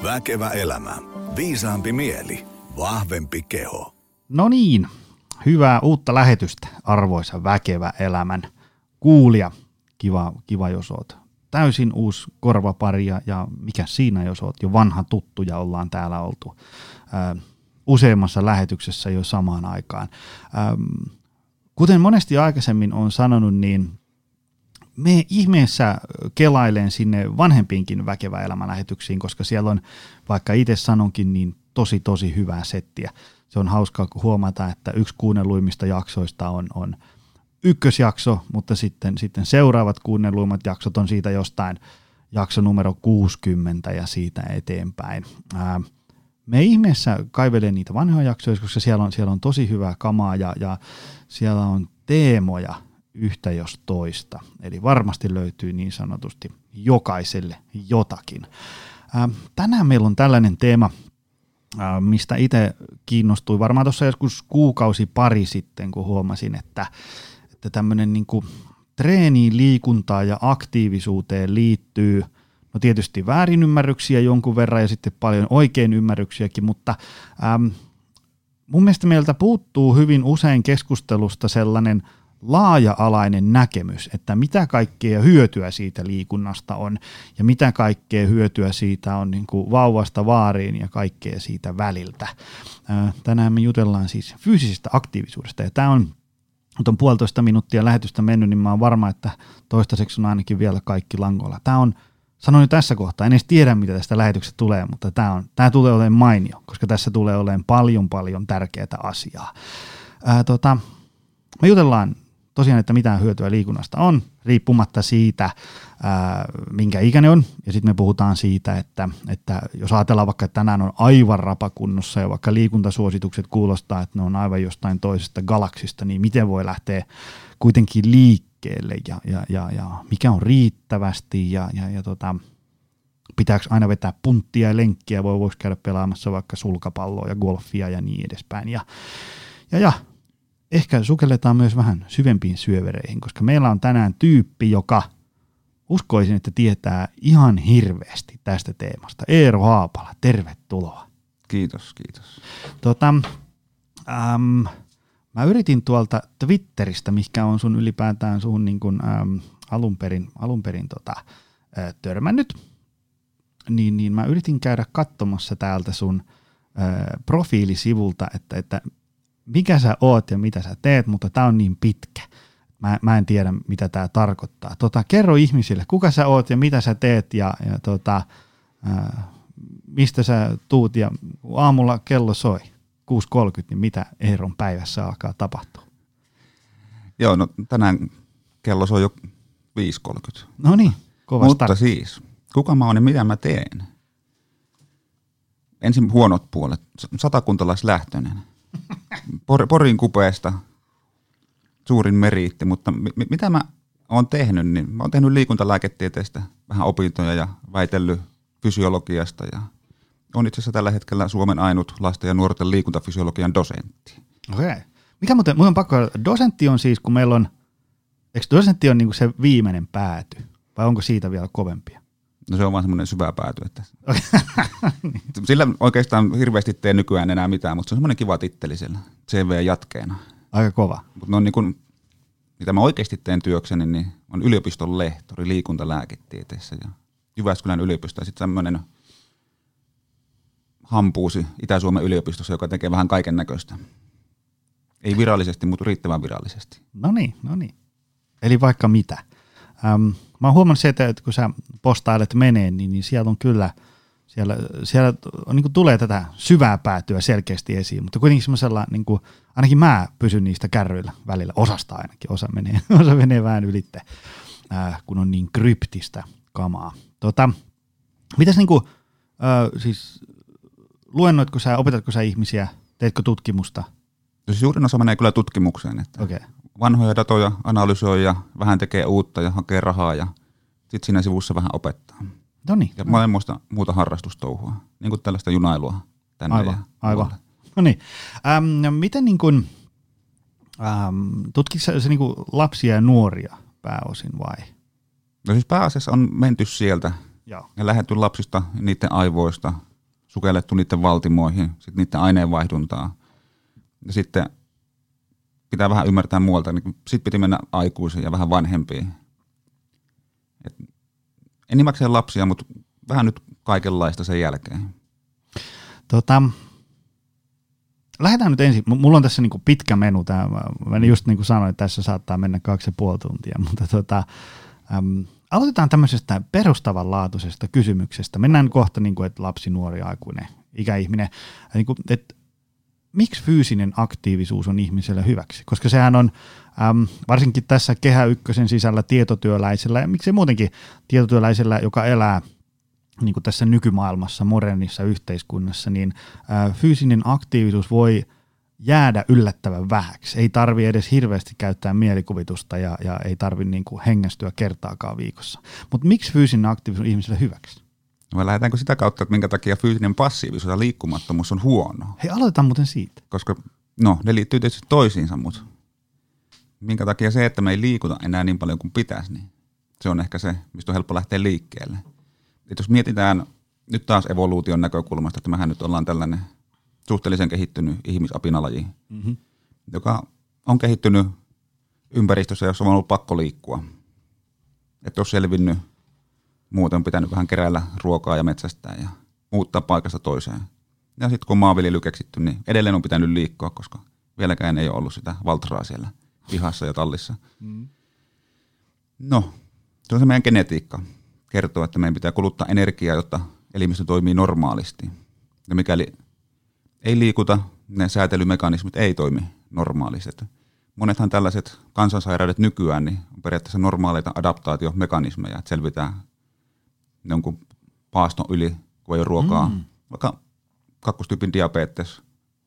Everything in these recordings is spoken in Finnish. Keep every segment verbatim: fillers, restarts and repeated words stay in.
Väkevä elämä. Viisaampi mieli. Vahvempi keho. No niin, hyvää uutta lähetystä, arvoisa Väkevä elämän kuulija. Kiva, kiva jos oot täysin uusi korvapari ja, ja mikä siinä, jos oot jo vanha tuttu ja ollaan täällä oltu ää, useammassa lähetyksessä jo samaan aikaan. Ähm, kuten monesti aikaisemmin on sanonut, niin me ihmeessä kelailen sinne vanhempiinkin Väkevä elämä -lähetyksiin, koska siellä on, vaikka itse sanonkin, niin tosi tosi hyvää settiä. Se on hauskaa huomata, että yksi kuunnelluimmista jaksoista on, on ykkösjakso, mutta sitten, sitten seuraavat kuunnelluimmat jaksot on siitä jostain jakso numero kuusikymmentä ja siitä eteenpäin. Ää, me ihmeessä kaivelen niitä vanhoja jaksoja, koska siellä on, siellä on tosi hyvää kamaa ja, ja siellä on teemoja yhtä jos toista. Eli varmasti löytyy niin sanotusti jokaiselle jotakin. Ää, tänään meillä on tällainen teema, ää, mistä itse kiinnostuin varmaan tuossa joskus kuukausi pari sitten, kun huomasin, että, että tämmöinen niin kuin treeniin, liikuntaan ja aktiivisuuteen liittyy no tietysti väärinymmärryksiä jonkun verran ja sitten paljon oikein ymmärryksiäkin, mutta äm, mun mielestä meiltä puuttuu hyvin usein keskustelusta sellainen laaja-alainen näkemys, että mitä kaikkea hyötyä siitä liikunnasta on ja mitä kaikkea hyötyä siitä on niin kuin vauvasta vaariin ja kaikkea siitä väliltä. Ää, tänään me jutellaan siis fyysisestä aktiivisuudesta ja tämä on Nyt on puolitoista minuuttia lähetystä mennyt, niin mä oon varma, että toistaiseksi on ainakin vielä kaikki langolla. Tämä on, sanon jo tässä kohtaa, en edes tiedä mitä tästä lähetyksestä tulee, mutta tämä, on, tämä tulee olemaan mainio, koska tässä tulee olemaan paljon paljon tärkeää asiaa. Ää, tota, me jutellaan tosiaan, että mitä hyötyä liikunnasta on, riippumatta siitä, ää, minkä ikäinen on. Ja sitten me puhutaan siitä, että, että jos ajatellaan vaikka, että tänään on aivan rapakunnossa ja vaikka liikuntasuositukset kuulostaa, että ne on aivan jostain toisesta galaksista, niin miten voi lähteä kuitenkin liikkeelle ja, ja, ja, ja mikä on riittävästi ja, ja, ja tota, pitääkö aina vetää punttia ja lenkkiä, voi voisi käydä pelaamassa vaikka sulkapalloa ja golfia ja niin edespäin. Ja, ja, ja ehkä sukelletaan myös vähän syvempiin syövereihin, koska meillä on tänään tyyppi, joka uskoisin, että tietää ihan hirveästi tästä teemasta. Eero Haapala, tervetuloa. Kiitos, kiitos. Tota, äm, mä yritin tuolta Twitteristä, mikä on sun ylipäätään sun niin kun, äm, alun perin, alun perin tota, ä, törmännyt, niin, niin mä yritin käydä katsomassa täältä sun ä, profiilisivulta, että, että mikä sä oot ja mitä sä teet, mutta tää on niin pitkä. Mä, mä en tiedä, mitä tää tarkoittaa. Tota, kerro ihmisille, kuka sä oot ja mitä sä teet ja, ja tota, ää, mistä sä tuut ja aamulla kello soi kuusi kolmekymmentä, niin mitä Eeron päivässä alkaa tapahtua? Joo, no tänään kello soi jo viisi kolmekymmentä. No niin, kova Mutta start. siis, kuka mä oon ja mitä mä teen? Ensin huonot puolet, satakuntalaislähtöinen. Por, Porin kupeesta suurin meriitti, mutta mi, mitä mä oon tehnyt, niin mä oon tehnyt liikuntalääketieteestä vähän opintoja ja väitellyt fysiologiasta ja on itse asiassa tällä hetkellä Suomen ainut lasten ja nuorten liikuntafysiologian dosentti. Okei. Mikä muuten, muuten on pakko, dosentti on siis, kun meillä on, eikö dosentti on niinku se viimeinen pääty, vai onko siitä vielä kovempia? No se on vaan semmoinen syvä pääty, että sillä oikeastaan hirveästi tee nykyään enää mitään, mutta se on semmoinen kiva titteli siellä C V-jatkeena. Aika kova. Mutta no niin kuin, mitä mä oikeasti teen työkseni, niin on yliopiston lehtori liikuntalääketieteessä ja Jyväskylän yliopisto ja sitten semmoinen hampuusi Itä-Suomen yliopistossa, joka tekee vähän kaiken näköistä. Ei virallisesti, mutta riittävän virallisesti. No niin, no niin. Eli vaikka mitä. Ähm, mä oon huomannut se, että kun sä postailet meneen, niin, niin siellä on kyllä, siellä, siellä on, niin kuin tulee tätä syvää päätyä selkeästi esiin, mutta kuitenkin semmoisella, niin kuin, ainakin mä pysyn niistä kärryillä välillä, osasta ainakin, osa menee, osa menee vähän ylitte, äh, kun on niin kryptistä kamaa. Tota, mitäs niin kuin, äh, siis luennoitko sä, opetatko sä ihmisiä, teetkö tutkimusta? Siis suurin osa menee kyllä tutkimukseen, että okay. Vanhoja datoja analysoi ja vähän tekee uutta ja hakee rahaa ja sitten siinä sivussa vähän opettaa. Noniin. Ja monenmoista muuta harrastustouhua, niin kuin tällaista junailua tänne. Aivan, ja aivan. No niin. Ähm, miten niin kuin, ähm, tutkitko se niin kuin lapsia ja nuoria pääosin vai? No siis pääasiassa on menty sieltä Joo. ja lähdetty lapsista, niiden aivoista, sukellettu niiden valtimoihin, sitten niiden aineenvaihduntaa. Ja sitten pitää vähän ymmärtää muualta, niin sitten piti mennä aikuisiin ja vähän vanhempiin. Et enimmäkseen lapsia, mutta vähän nyt kaikenlaista sen jälkeen. Tota, lähdetään nyt ensin. Mulla on tässä niinku pitkä menu. Tää. Mä just niin kuin sanoin, että tässä saattaa mennä kaksi ja puoli tuntia, mutta tota, äm, aloitetaan tämmöisestä perustavanlaatuisesta kysymyksestä. Mennään kohta, niin kuin, että lapsi, nuori, aikuinen, ikäihminen. Niin kuin, että miksi fyysinen aktiivisuus on ihmiselle hyväksi? Koska sehän on äm, varsinkin tässä Kehä Ykkösen sisällä tietotyöläisellä ja miksei muutenkin tietotyöläisellä, joka elää niin kuin tässä nykymaailmassa, modernissa yhteiskunnassa, niin ä, fyysinen aktiivisuus voi jäädä yllättävän vähäksi. Ei tarvitse edes hirveästi käyttää mielikuvitusta ja, ja ei tarvitse niin kuin hengästyä kertaakaan viikossa. Mutta miksi fyysinen aktiivisuus on ihmiselle hyväksi? Vai lähdetäänkö sitä kautta, että minkä takia fyysinen passiivisuus ja liikkumattomuus on huono? Hei, aloitetaan muuten siitä. Koska, no, ne liittyy tietysti toisiinsa, mutta minkä takia se, että me ei liikuta enää niin paljon kuin pitäisi, niin se on ehkä se, mistä on helppo lähteä liikkeelle. Et jos mietitään nyt taas evoluution näkökulmasta, että mehän nyt ollaan tällainen suhteellisen kehittynyt ihmisapinalaji, mm-hmm. joka on kehittynyt ympäristössä, jossa on ollut pakko liikkua. Että jos selvinnyt, muuten on pitänyt vähän keräillä ruokaa ja metsästää ja muuttaa paikasta toiseen. Ja sitten kun on maanviljely keksitty, niin edelleen on pitänyt liikkua, koska vieläkään ei ole ollut sitä valtraa siellä pihassa ja tallissa. Mm. No, se on se meidän genetiikka. Kertoo, että meidän pitää kuluttaa energiaa, jotta elimistö toimii normaalisti. Ja mikäli ei liikuta, ne säätelymekanismit ei toimi normaalisti. Monethan tällaiset kansansairaudet nykyään niin on periaatteessa normaaleita adaptaatiomekanismeja, että selvitään jonkun paaston yli, kun ei ole ruokaa. Mm. Vaikka kakkostyypin diabetes,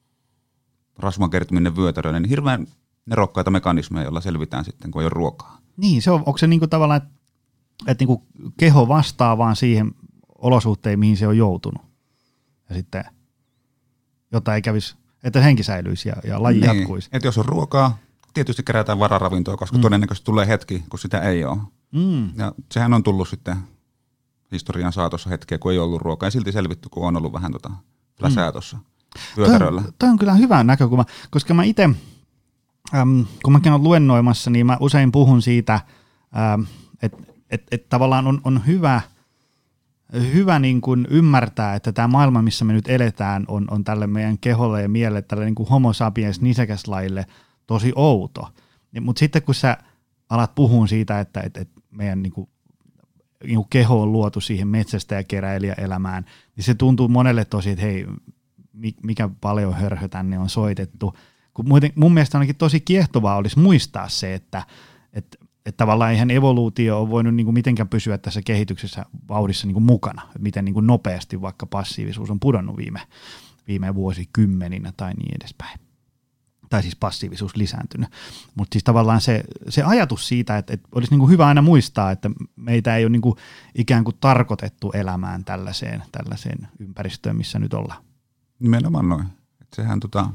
rasvan kertyminen vyötäröille, niin hirveän nerokkaita mekanismeja, joilla selvitään sitten, kun ei ole ruokaa. Niin, se on, onko se niinku tavallaan, että et niinku keho vastaa vaan siihen olosuhteen, mihin se on joutunut. Ja sitten, jotta ei kävisi, että henki säilyisi ja, ja laji niin, jatkuisi. Että jos on ruokaa, tietysti kerätään vararavintoa, koska mm. todennäköisesti tulee hetki, kun sitä ei ole. Mm. Ja sehän on tullut sitten historian saatossa hetkeä, kun ei ollut ruokaa, ja silti selvitty, kun on ollut vähän tota läsää tuossa vyötäröllä. Toi, toi on kyllä hyvä näkökulma, koska mä itse, äm, kun mä käyn luennoimassa, niin mä usein puhun siitä, että et, et tavallaan on, on hyvä, hyvä niin kuin ymmärtää, että tämä maailma, missä me nyt eletään, on, on tälle meidän keholle ja mielelle, tälle niin kuin homo sapiens nisäkäslajille tosi outo. Mutta sitten kun sä alat puhua siitä, että et, et meidän niin kuin niin kuin keho on luotu siihen metsästäjäkeräilijäelämään, niin se tuntuu monelle tosi, että hei, mikä paljon hörhö tänne on soitettu. Kun muuten, mun mielestä ainakin tosi kiehtovaa olisi muistaa se, että, että, että tavallaan eihän evoluutio ole voinut niin kuin mitenkään pysyä tässä kehityksessä vauhdissa niin kuin mukana, miten niin kuin nopeasti vaikka passiivisuus on pudonnut viime, viime vuosikymmeninä tai niin edespäin. Tai siis passiivisuus lisääntynyt. Mutta siis tavallaan se, se ajatus siitä, että, että olisi niinku hyvä aina muistaa, että meitä ei ole niinku ikään kuin tarkoitettu elämään tällaiseen, tällaiseen ympäristöön, missä nyt ollaan. Nimenomaan noin. Et sehän tota,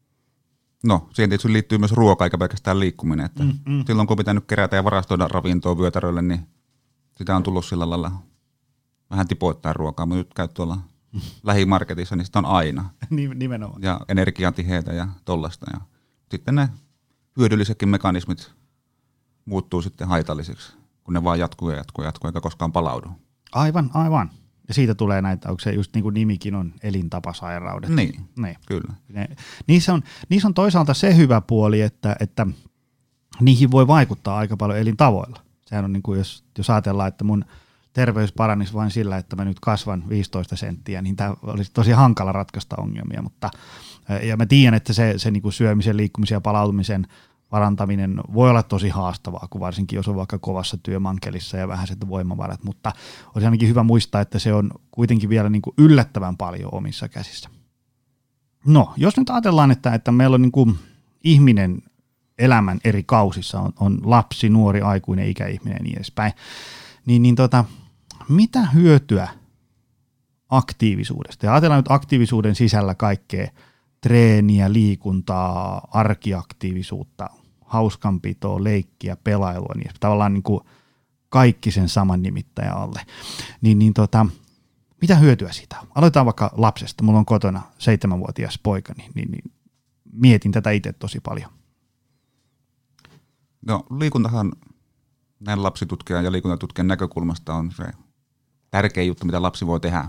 no siihen tietysti liittyy myös ruoka eikä pelkästään liikkuminen. Että mm, mm. Silloin kun on pitänyt kerätä ja varastoida ravintoa vyötärölle, niin sitä on tullut sillä lailla vähän tipoittaa ruokaa, mutta nyt käy tuolla lähimarketissa, niin sitä on aina. Nimenomaan. Ja energiatiheitä ja tollaista. Ja sitten ne hyödyllisetkin mekanismit muuttuu sitten haitallisiksi, kun ne vaan jatkuu ja jatkuu ja jatkuu, eikä koskaan palaudu. Aivan, aivan. Ja siitä tulee näitä, onko se just niin kuin nimikin on elintapasairaudet. Niin, niin. Kyllä. Ne, niissä, on, niissä on toisaalta se hyvä puoli, että, että niihin voi vaikuttaa aika paljon elintavoilla. Sehän on niin kuin, jos, jos ajatellaan, että mun terveys paranisi vain sillä, että mä nyt kasvan viisitoista senttiä, niin tämä olisi tosi hankala ratkaista ongelmia, mutta ja mä tiedän, että se, se niin kuin syömisen, liikkumisen ja palautumisen parantaminen voi olla tosi haastavaa, kun varsinkin jos on vaikka kovassa työmankelissa ja vähäiset voimavarat, mutta olisi ainakin hyvä muistaa, että se on kuitenkin vielä niin kuin yllättävän paljon omissa käsissä. No, jos nyt ajatellaan, että, että meillä on niin kuin ihminen elämän eri kausissa, on, on lapsi, nuori, aikuinen, ikäihminen ja niin edespäin, niin, niin tota, mitä hyötyä aktiivisuudesta? Ja ajatellaan nyt aktiivisuuden sisällä kaikkea treeniä, liikuntaa, arkiaktiivisuutta, hauskanpitoa, leikkiä, pelailua, niin tavallaan niin kuin kaikki sen saman nimittäjän alle. Niin, niin tota, mitä hyötyä siitä on? Aloitetaan vaikka lapsesta. Mulla on kotona seitsemänvuotias poika, niin, niin, niin mietin tätä itse tosi paljon. No liikuntahan näin lapsitutkijan ja liikuntatutkijan näkökulmasta on se tärkein juttu, mitä lapsi voi tehdä.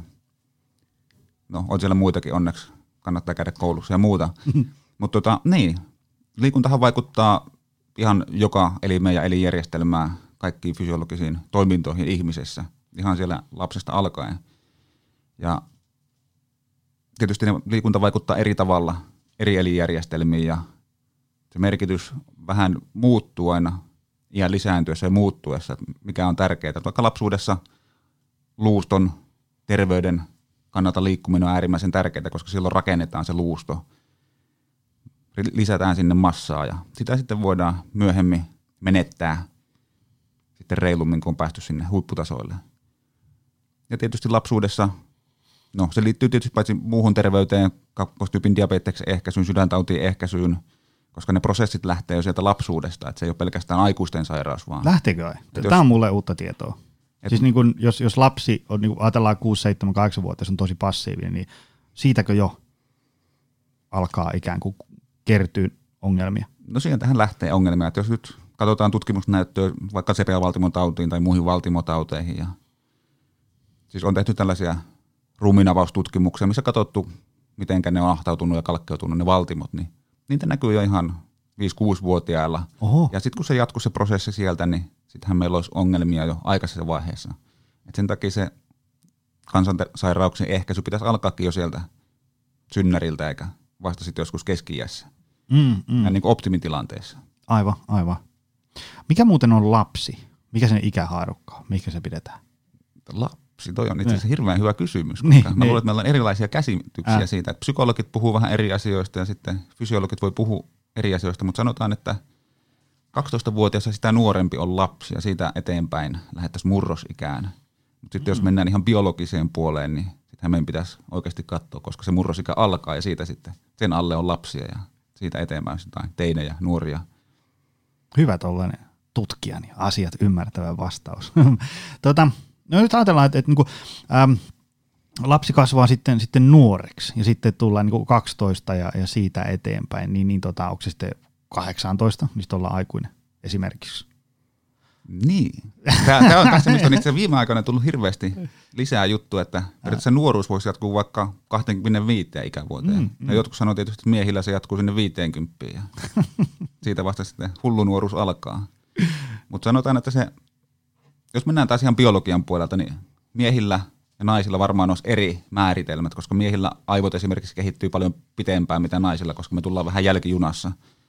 No on siellä muitakin onneksi, kannattaa käydä koulussa ja muuta. Mutta tota, niin, liikuntahan vaikuttaa ihan joka elimeen ja elinjärjestelmään, kaikkiin fysiologisiin toimintoihin ihmisessä, ihan siellä lapsesta alkaen. Ja tietysti liikunta vaikuttaa eri tavalla eri elinjärjestelmiin ja se merkitys vähän muuttuu aina iän lisääntyessä ja muuttuessa, että mikä on tärkeää. Vaikka lapsuudessa luuston terveyden kannalta liikkuminen on äärimmäisen tärkeää, koska silloin rakennetaan se luusto, lisätään sinne massaa ja sitä sitten voidaan myöhemmin menettää sitten reilummin, kun on päästy sinne huipputasoille. Ja tietysti lapsuudessa, no se liittyy tietysti paitsi muuhun terveyteen, kakkostyypin diabeteksen ehkäisyyn, sydäntautien ehkäisyyn, koska ne prosessit lähtee jo sieltä lapsuudesta, että se ei ole pelkästään aikuisten sairaus. Vaan lähteekö? Tämä jos, on mulle uutta tietoa. Et, siis niin kun, jos, jos lapsi on, niin kun ajatellaan kuusi, seitsemän, kahdeksan vuotta, se on tosi passiivinen, niin siitäkö jo alkaa ikään kuin kertyy ongelmia? No siitähän lähtee ongelmia, että jos nyt katsotaan tutkimusnäyttöä vaikka sepelvaltimon tautiin tai muihin valtimotauteihin, ja siis on tehty tällaisia ruumiinavaustutkimuksia, missä katsottu, miten ne on ahtautunut ja kalkkeutunut ne valtimot, niin niitä näkyy jo ihan viisi-kuusi-vuotiailla. Oho. Ja sitten kun se jatkuu se prosessi sieltä, niin sittenhän meillä olisi ongelmia jo aikaisessa vaiheessa. Et sen takia se kansansairauksien ehkäisy pitäisi alkaakin jo sieltä synnäriltä, eikä vasta sitten joskus keski-iässä. Mm, mm. Ja niin kuin optimitilanteessa. Aivan, aivan. Mikä muuten on lapsi? Mikä sen ikähaarukka on? Mikä se pidetään? Lapsi, toi on itse asiassa hirveän hyvä kysymys. Koska niin, mä niin. luulen, että meillä on erilaisia käsityksiä äh. siitä, että psykologit puhuu vähän eri asioista ja sitten fysiologit voi puhua eri asioista, mutta sanotaan, että kaksitoistavuotias ja sitä nuorempi on lapsi ja siitä eteenpäin lähettäisiin murrosikään. Mutta sitten mm. jos mennään ihan biologiseen puoleen, niin sittenhän meidän pitäisi oikeasti katsoa, koska se murrosikä alkaa ja siitä sitten sen alle on lapsia ja siitä eteenpäin jotain teinejä, nuoria. Hyvä tollainen tutkijan ja asiat ymmärtävä vastaus. tota, no nyt ajatellaan, että, että niin kuin, äm, lapsi kasvaa sitten, sitten nuoreksi ja sitten tullaan niin kuin kaksitoista ja, ja siitä eteenpäin, niin, niin tota, onko se sitten kahdeksantoista, mistä ollaan aikuinen esimerkiksi? Niin. Tämä on tässä, mistä on itse viime aikoina tullut hirveästi lisää juttua, että periaatteessa nuoruus voisi jatkuu vaikka kaksikymmentäviisi ikävuoteen. Mm, mm. Ja jotkut sanoo tietysti, että miehillä se jatkuu sinne viisikymmentä ja siitä vasta sitten hullu nuoruus alkaa. Mutta sanotaan, että se, jos mennään taas ihan biologian puolelta, niin miehillä ja naisilla varmaan olisi eri määritelmät, koska miehillä aivot esimerkiksi kehittyy paljon pitempään mitä naisilla, koska me tullaan vähän jälkijunassa.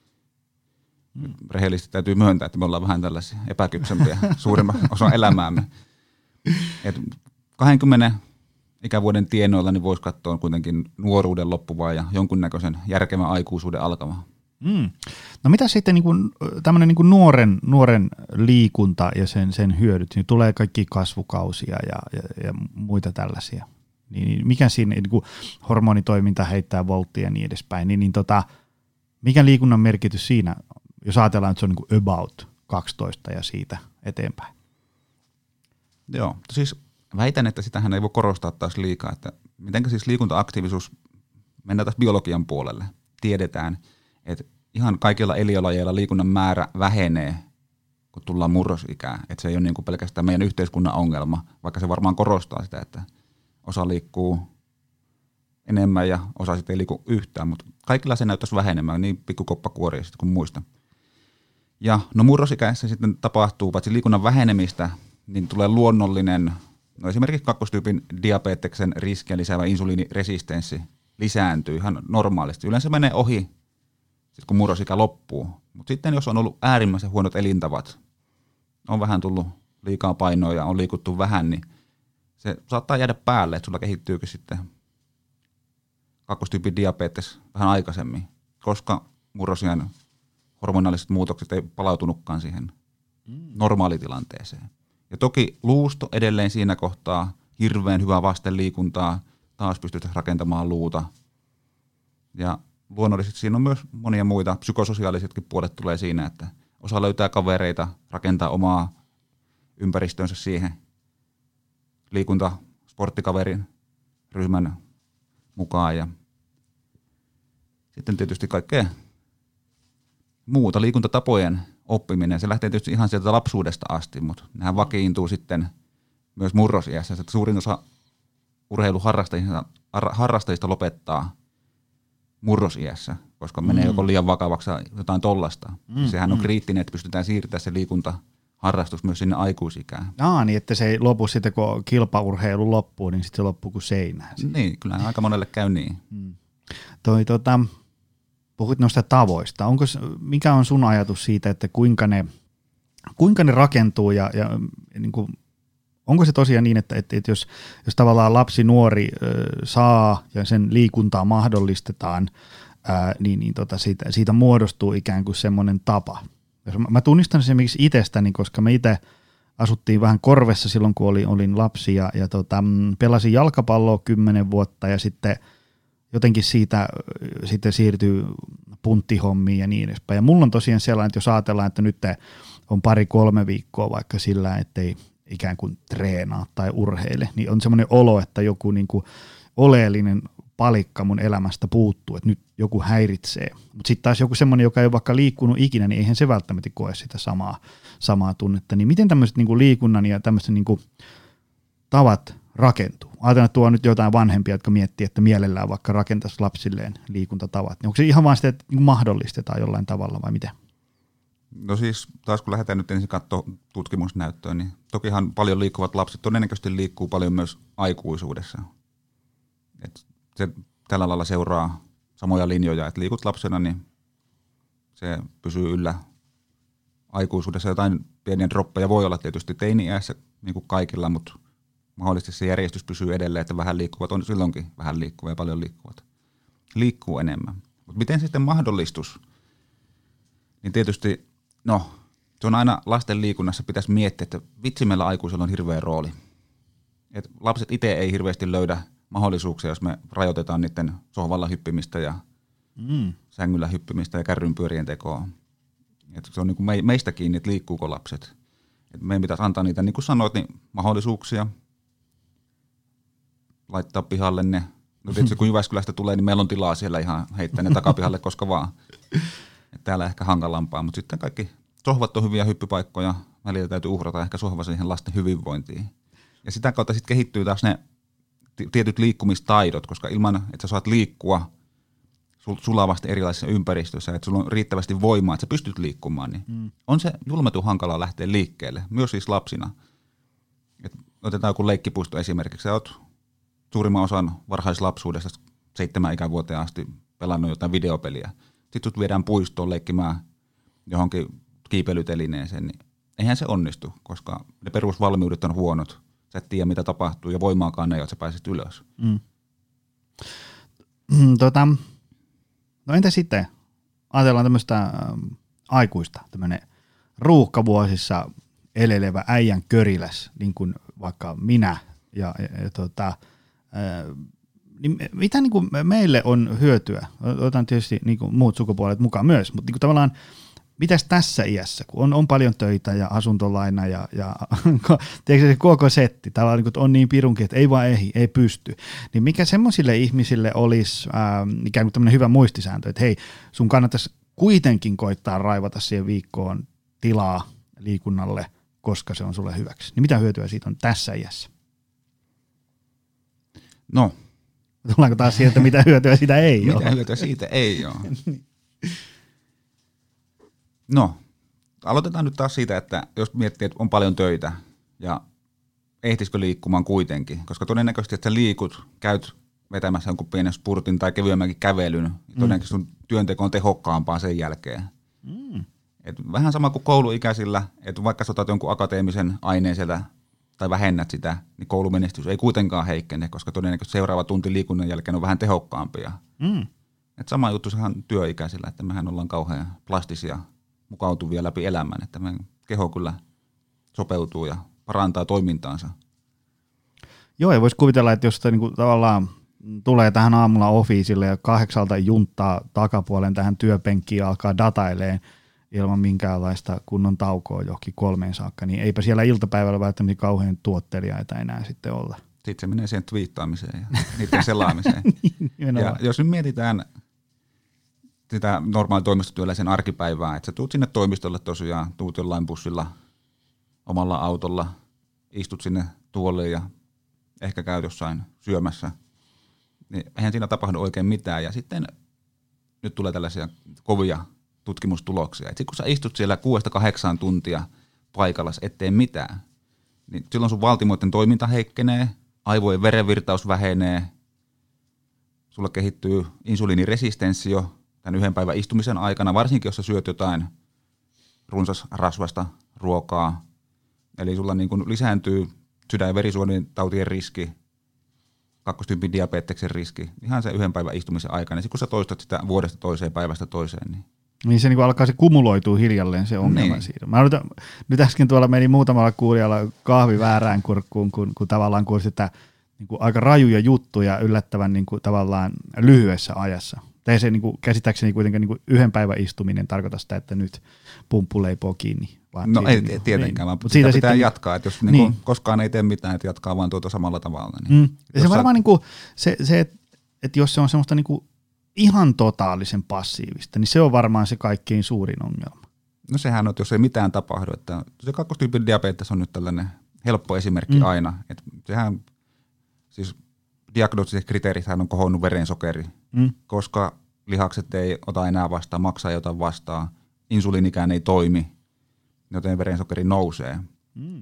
Mm. Rehellisesti täytyy myöntää, että me ollaan vähän tällaisia epäkypsempiä suurimman osan elämäämme. Et kaksikymmentä ikävuoden tienoilla niin voisi katsoa kuitenkin nuoruuden loppuvaa ja jonkunnäköisen järkevän aikuisuuden alkavaa. Mm. No mitä sitten niin kuin, tämmöinen niin kuin nuoren, nuoren liikunta ja sen, sen hyödyt, niin tulee kaikki kasvukausia ja, ja, ja muita tällaisia. Niin mikä siinä niin kuin hormonitoiminta heittää volttia ja niin edespäin, niin, niin tota, mikä liikunnan merkitys siinä, jos ajatellaan, että se on niin kuin about kaksitoista ja siitä eteenpäin? Joo, siis väitän, että sitähän ei voi korostaa taas liikaa, että mitenkä siis liikuntaaktiivisuus, mennään taas biologian puolelle, tiedetään, että ihan kaikilla eliölajeilla liikunnan määrä vähenee, kun tullaan murrosikään. Että se ei ole niin kuin pelkästään meidän yhteiskunnan ongelma, vaikka se varmaan korostaa sitä, että osa liikkuu enemmän ja osa sitten ei liiku yhtään, mutta kaikilla se näyttäisi vähenemään niin pikkukoppakuoria sitten kuin muista. Ja no murrosikäessä sitten tapahtuu paitsi liikunnan vähenemistä, niin tulee luonnollinen, no esimerkiksi kakkostyypin diabeteksen riskiä lisäävä insuliiniresistenssi lisääntyy ihan normaalisti. Yleensä menee ohi, sit kun murrosikä loppuu. Mutta sitten jos on ollut äärimmäisen huonot elintavat, on vähän tullut liikaa painoa ja on liikuttu vähän, niin se saattaa jäädä päälle, että sulla kehittyykin sitten kakkostyypin diabetes vähän aikaisemmin, koska murrosiän hormonaaliset muutokset ei palautunutkaan siihen normaalitilanteeseen. Ja toki luusto edelleen siinä kohtaa hirveän hyvää vastenliikuntaa, taas pystytään rakentamaan luuta. Ja luonnollisesti siinä on myös monia muita, psykososiaalisetkin puolet tulee siinä, että osa löytää kavereita, rakentaa omaa ympäristönsä siihen liikunta, sporttikaverin ryhmän mukaan ja sitten tietysti kaikkea muuta liikuntatapojen oppiminen. Se lähtee tietysti ihan sieltä lapsuudesta asti, mutta nehän vakiintuu sitten myös murrosiässä. Että suurin osa urheiluharrastajista harrastajista lopettaa murrosiässä, koska menee mm. joko liian vakavaksi jotain tollasta. Mm, Sehän on mm. kriittinen, että pystytään siirtämään se liikuntaharrastus myös sinne aikuisikään. Aa, niin että se ei lopu sitten, kun kilpaurheilu loppuu, niin sitten se loppuu kuin seinään. Niin, kyllä aika monelle käy niin. Mm. Toi, tota, puhuit noista tavoista. Onko, mikä on sun ajatus siitä, että kuinka ne, kuinka ne rakentuu ja, ja niin kuin, onko se tosiaan niin, että, että, että jos, jos tavallaan lapsi, nuori ö, saa ja sen liikuntaa mahdollistetaan, ää, niin, niin tota siitä, siitä muodostuu ikään kuin semmoinen tapa. Jos mä, mä tunnistan sen miksi itsestäni, koska me itse asuttiin vähän korvessa silloin, kun olin, olin lapsi ja, ja tota, pelasin jalkapalloa kymmenen vuotta ja sitten jotenkin siitä sitten siirtyy punttihommiin ja niin edespäin. Ja mulla on tosiaan sellainen, että jos ajatellaan, että nyt on pari-kolme viikkoa vaikka sillä, ettei ikään kuin treenaa tai urheile, niin on semmoinen olo, että joku niin kuin oleellinen palikka mun elämästä puuttuu, että nyt joku häiritsee. Mutta sitten taas joku semmoinen, joka ei ole vaikka liikkunut ikinä, niin eihän se välttämättä koe sitä samaa, samaa tunnetta. Niin miten tämmöiset niin kuin liikunnan ja tämmöiset niin kuin tavat rakentuu? Ajatellaan, että tuo on nyt jotain vanhempia, jotka miettii, että mielellään vaikka rakentaisi lapsilleen liikuntatavat. Niin onko se ihan vaan sitä, että niin kuin mahdollistetaan jollain tavalla vai miten? No siis taas kun lähdetään nyt ensin katsoa tutkimusnäyttöä, niin tokihan paljon liikkuvat lapset todennäköisesti liikkuu paljon myös aikuisuudessa. Et se tällä lailla seuraa samoja linjoja, että liikut lapsena, niin se pysyy yllä aikuisuudessa. Jotain pieniä droppeja voi olla tietysti teini-iässä niin kuin kaikilla, mutta mahdollisesti se järjestys pysyy edelleen, että vähän liikkuvat on silloinkin vähän liikkuva ja paljon liikkuvat. Liikkuu enemmän. Mutta miten sitten mahdollistus? Niin tietysti, no, se on aina lasten liikunnassa pitäisi miettiä, että vitsi meillä aikuisilla on hirveä rooli. Et lapset itse ei hirveästi löydä mahdollisuuksia, jos me rajoitetaan niiden sohvalla hyppimistä ja mm. sängyllä hyppimistä ja kärrynpyörien tekoa. Et se on niin kuin me, meistä kiinni, että liikkuuko lapset. Et meidän pitäisi antaa niitä, niin kuin sanoit, niin mahdollisuuksia laittaa pihalle ne. No tietysti kun Jyväskylästä tulee, niin meillä on tilaa siellä ihan heittää ne takapihalle koska vaan. Et täällä ehkä hankalampaa, mutta sitten kaikki sohvat on hyviä hyppypaikkoja. Välillä täytyy uhrata ehkä sohva siihen lasten hyvinvointiin. Ja sitä kautta sitten kehittyy taas ne tietyt liikkumistaidot, koska ilman, että sä saat liikkua sulavasti erilaisissa ympäristöissä, että sulla on riittävästi voimaa, että sä pystyt liikkumaan, niin mm. on se julmetun hankalaa lähteä liikkeelle, myös siis lapsina. Et otetaan joku leikkipuisto esimerkiksi. Sä oot suurimman osan varhaislapsuudesta seitsemän ikävuoteen asti pelannut jotain videopeliä. Sitten sut viedään puistoon leikkimään johonkin kiipeilytelineeseen, niin eihän se onnistu, koska ne perusvalmiudet on huonot. Sä et tiedä, mitä tapahtuu, ja voimaakaan ei ole, että sä pääset ylös. Mm. Tota, no entä sitten? Ajatellaan tämmöistä ähm, aikuista, tämmöinen ruuhkavuosissa elelevä äijän köriläs, niin kuin vaikka minä. Ja, ja, ja tota, äh, niin mitä niin kuin meille on hyötyä? Otan tietysti niin kuin muut sukupuolet mukaan myös, mutta niin kuin tavallaan mitäs tässä iässä, kun on, on paljon töitä ja asuntolaina ja, ja tiedätkö, se koko setti, tavallaan niin on niin pirunkin, että ei vaan ei, ei pysty, niin mikä semmoisille ihmisille olisi äh, ikään kuin tämmöinen hyvä muistisääntö, että hei, sun kannattaisi kuitenkin koittaa raivata siihen viikkoon tilaa liikunnalle, koska se on sulle hyväksi. Niin mitä hyötyä siitä on tässä iässä? No. Tullaanko taas siihen, että mitä hyötyä siitä ei mitä ole? Mitä hyötyä siitä ei ole? No, aloitetaan nyt taas siitä, että jos miettii, että on paljon töitä ja ehtisikö liikkumaan kuitenkin, koska todennäköisesti, että sä liikut, käyt vetämässä jonkun pienen spurtin tai kevyemmänkin kävelyn, mm. todennäköisesti sun työnteko on tehokkaampaa sen jälkeen. Mm. Et vähän sama kuin kouluikäisillä, että vaikka sä otat jonkun akateemisen aineen sieltä tai vähennät sitä, niin koulumenestys ei kuitenkaan heikkene, koska todennäköisesti seuraava tunti liikunnan jälkeen on vähän tehokkaampia. Mm. Et sama juttu sehän työikäisillä, että mehän ollaan kauhean plastisia, mukautuvia läpi elämän, että meidän keho kyllä sopeutuu ja parantaa toimintaansa. Joo, ja voisi kuvitella, että jos sitä niinku tavallaan tulee tähän aamulla ofiisille ja kahdeksalta junttaa takapuolen tähän työpenkkiin ja alkaa dataileen ilman minkäänlaista kunnon taukoa johonkin kolmeen saakka, niin eipä siellä iltapäivällä välttämättä kauhean tuottelijaita enää sitten olla. Sitten se menee siihen twiittaamiseen ja niiden selaamiseen. niin, ja jos nyt mietitään sitä normaali toimistotyöläisen arkipäivää, että sä tuut sinne toimistolle tosiaan, tuut jollain bussilla, omalla autolla, istut sinne tuoliin ja ehkä käyt jossain syömässä, niin eihän siinä tapahdu oikein mitään. Ja sitten nyt tulee tällaisia kovia tutkimustuloksia. Että kun sä istut siellä kuudesta kahdeksaan tuntia paikallas, ettei mitään, niin silloin sun valtimoiden toiminta heikkenee, aivojen verenvirtaus vähenee, sulla kehittyy insuliiniresistenssi jo tämän yhden päivän istumisen aikana, varsinkin jos sä syöt jotain runsasrasvasta ruokaa. Eli sulla niin kuin lisääntyy sydän- ja verisuonitautien riski, kakkostyypin diabeteksen riski, ihan se yhden päivän istumisen aikana. Ja sitten kun sä toistat sitä vuodesta toiseen, päivästä toiseen, niin Niin se niin alkaa se kumuloituu hiljalleen se ongelma niin. Siinä. Mä nyt, nyt äsken tuolla meni muutamalla kuulijalla kahvi väärään kurkkuun, kun, kun tavallaan kuulisit, että niin kuin aika rajuja juttuja yllättävän niin kuin tavallaan lyhyessä ajassa. Tai se niin kuin, käsittääkseni kuitenkin niin kuin yhden päivän istuminen tarkoittaa sitä, että nyt pumppu leipoo kiinni. Vaan no ei niin, tietenkään, niin, vaan sitä pitää sitten jatkaa, että jos niin. Niin koskaan ei tee mitään, että jatkaa vaan tuota samalla tavalla. Niin mm. Ja se varmaan sä... niin kuin, se, se että, että jos se on semmoista niin kuin ihan totaalisen passiivista, niin se on varmaan se kaikkein suurin ongelma. No sehän on, että jos ei mitään tapahdu, että se kakkostyypin diabetes on nyt tällainen helppo esimerkki mm. aina, että sehän siis diagnostiset kriteerithän on kohonnut verensokeri, mm. koska lihakset ei ota enää vastaan, maksa ei ota vastaan, insuliinikään ei toimi, joten verensokeri nousee. Mm.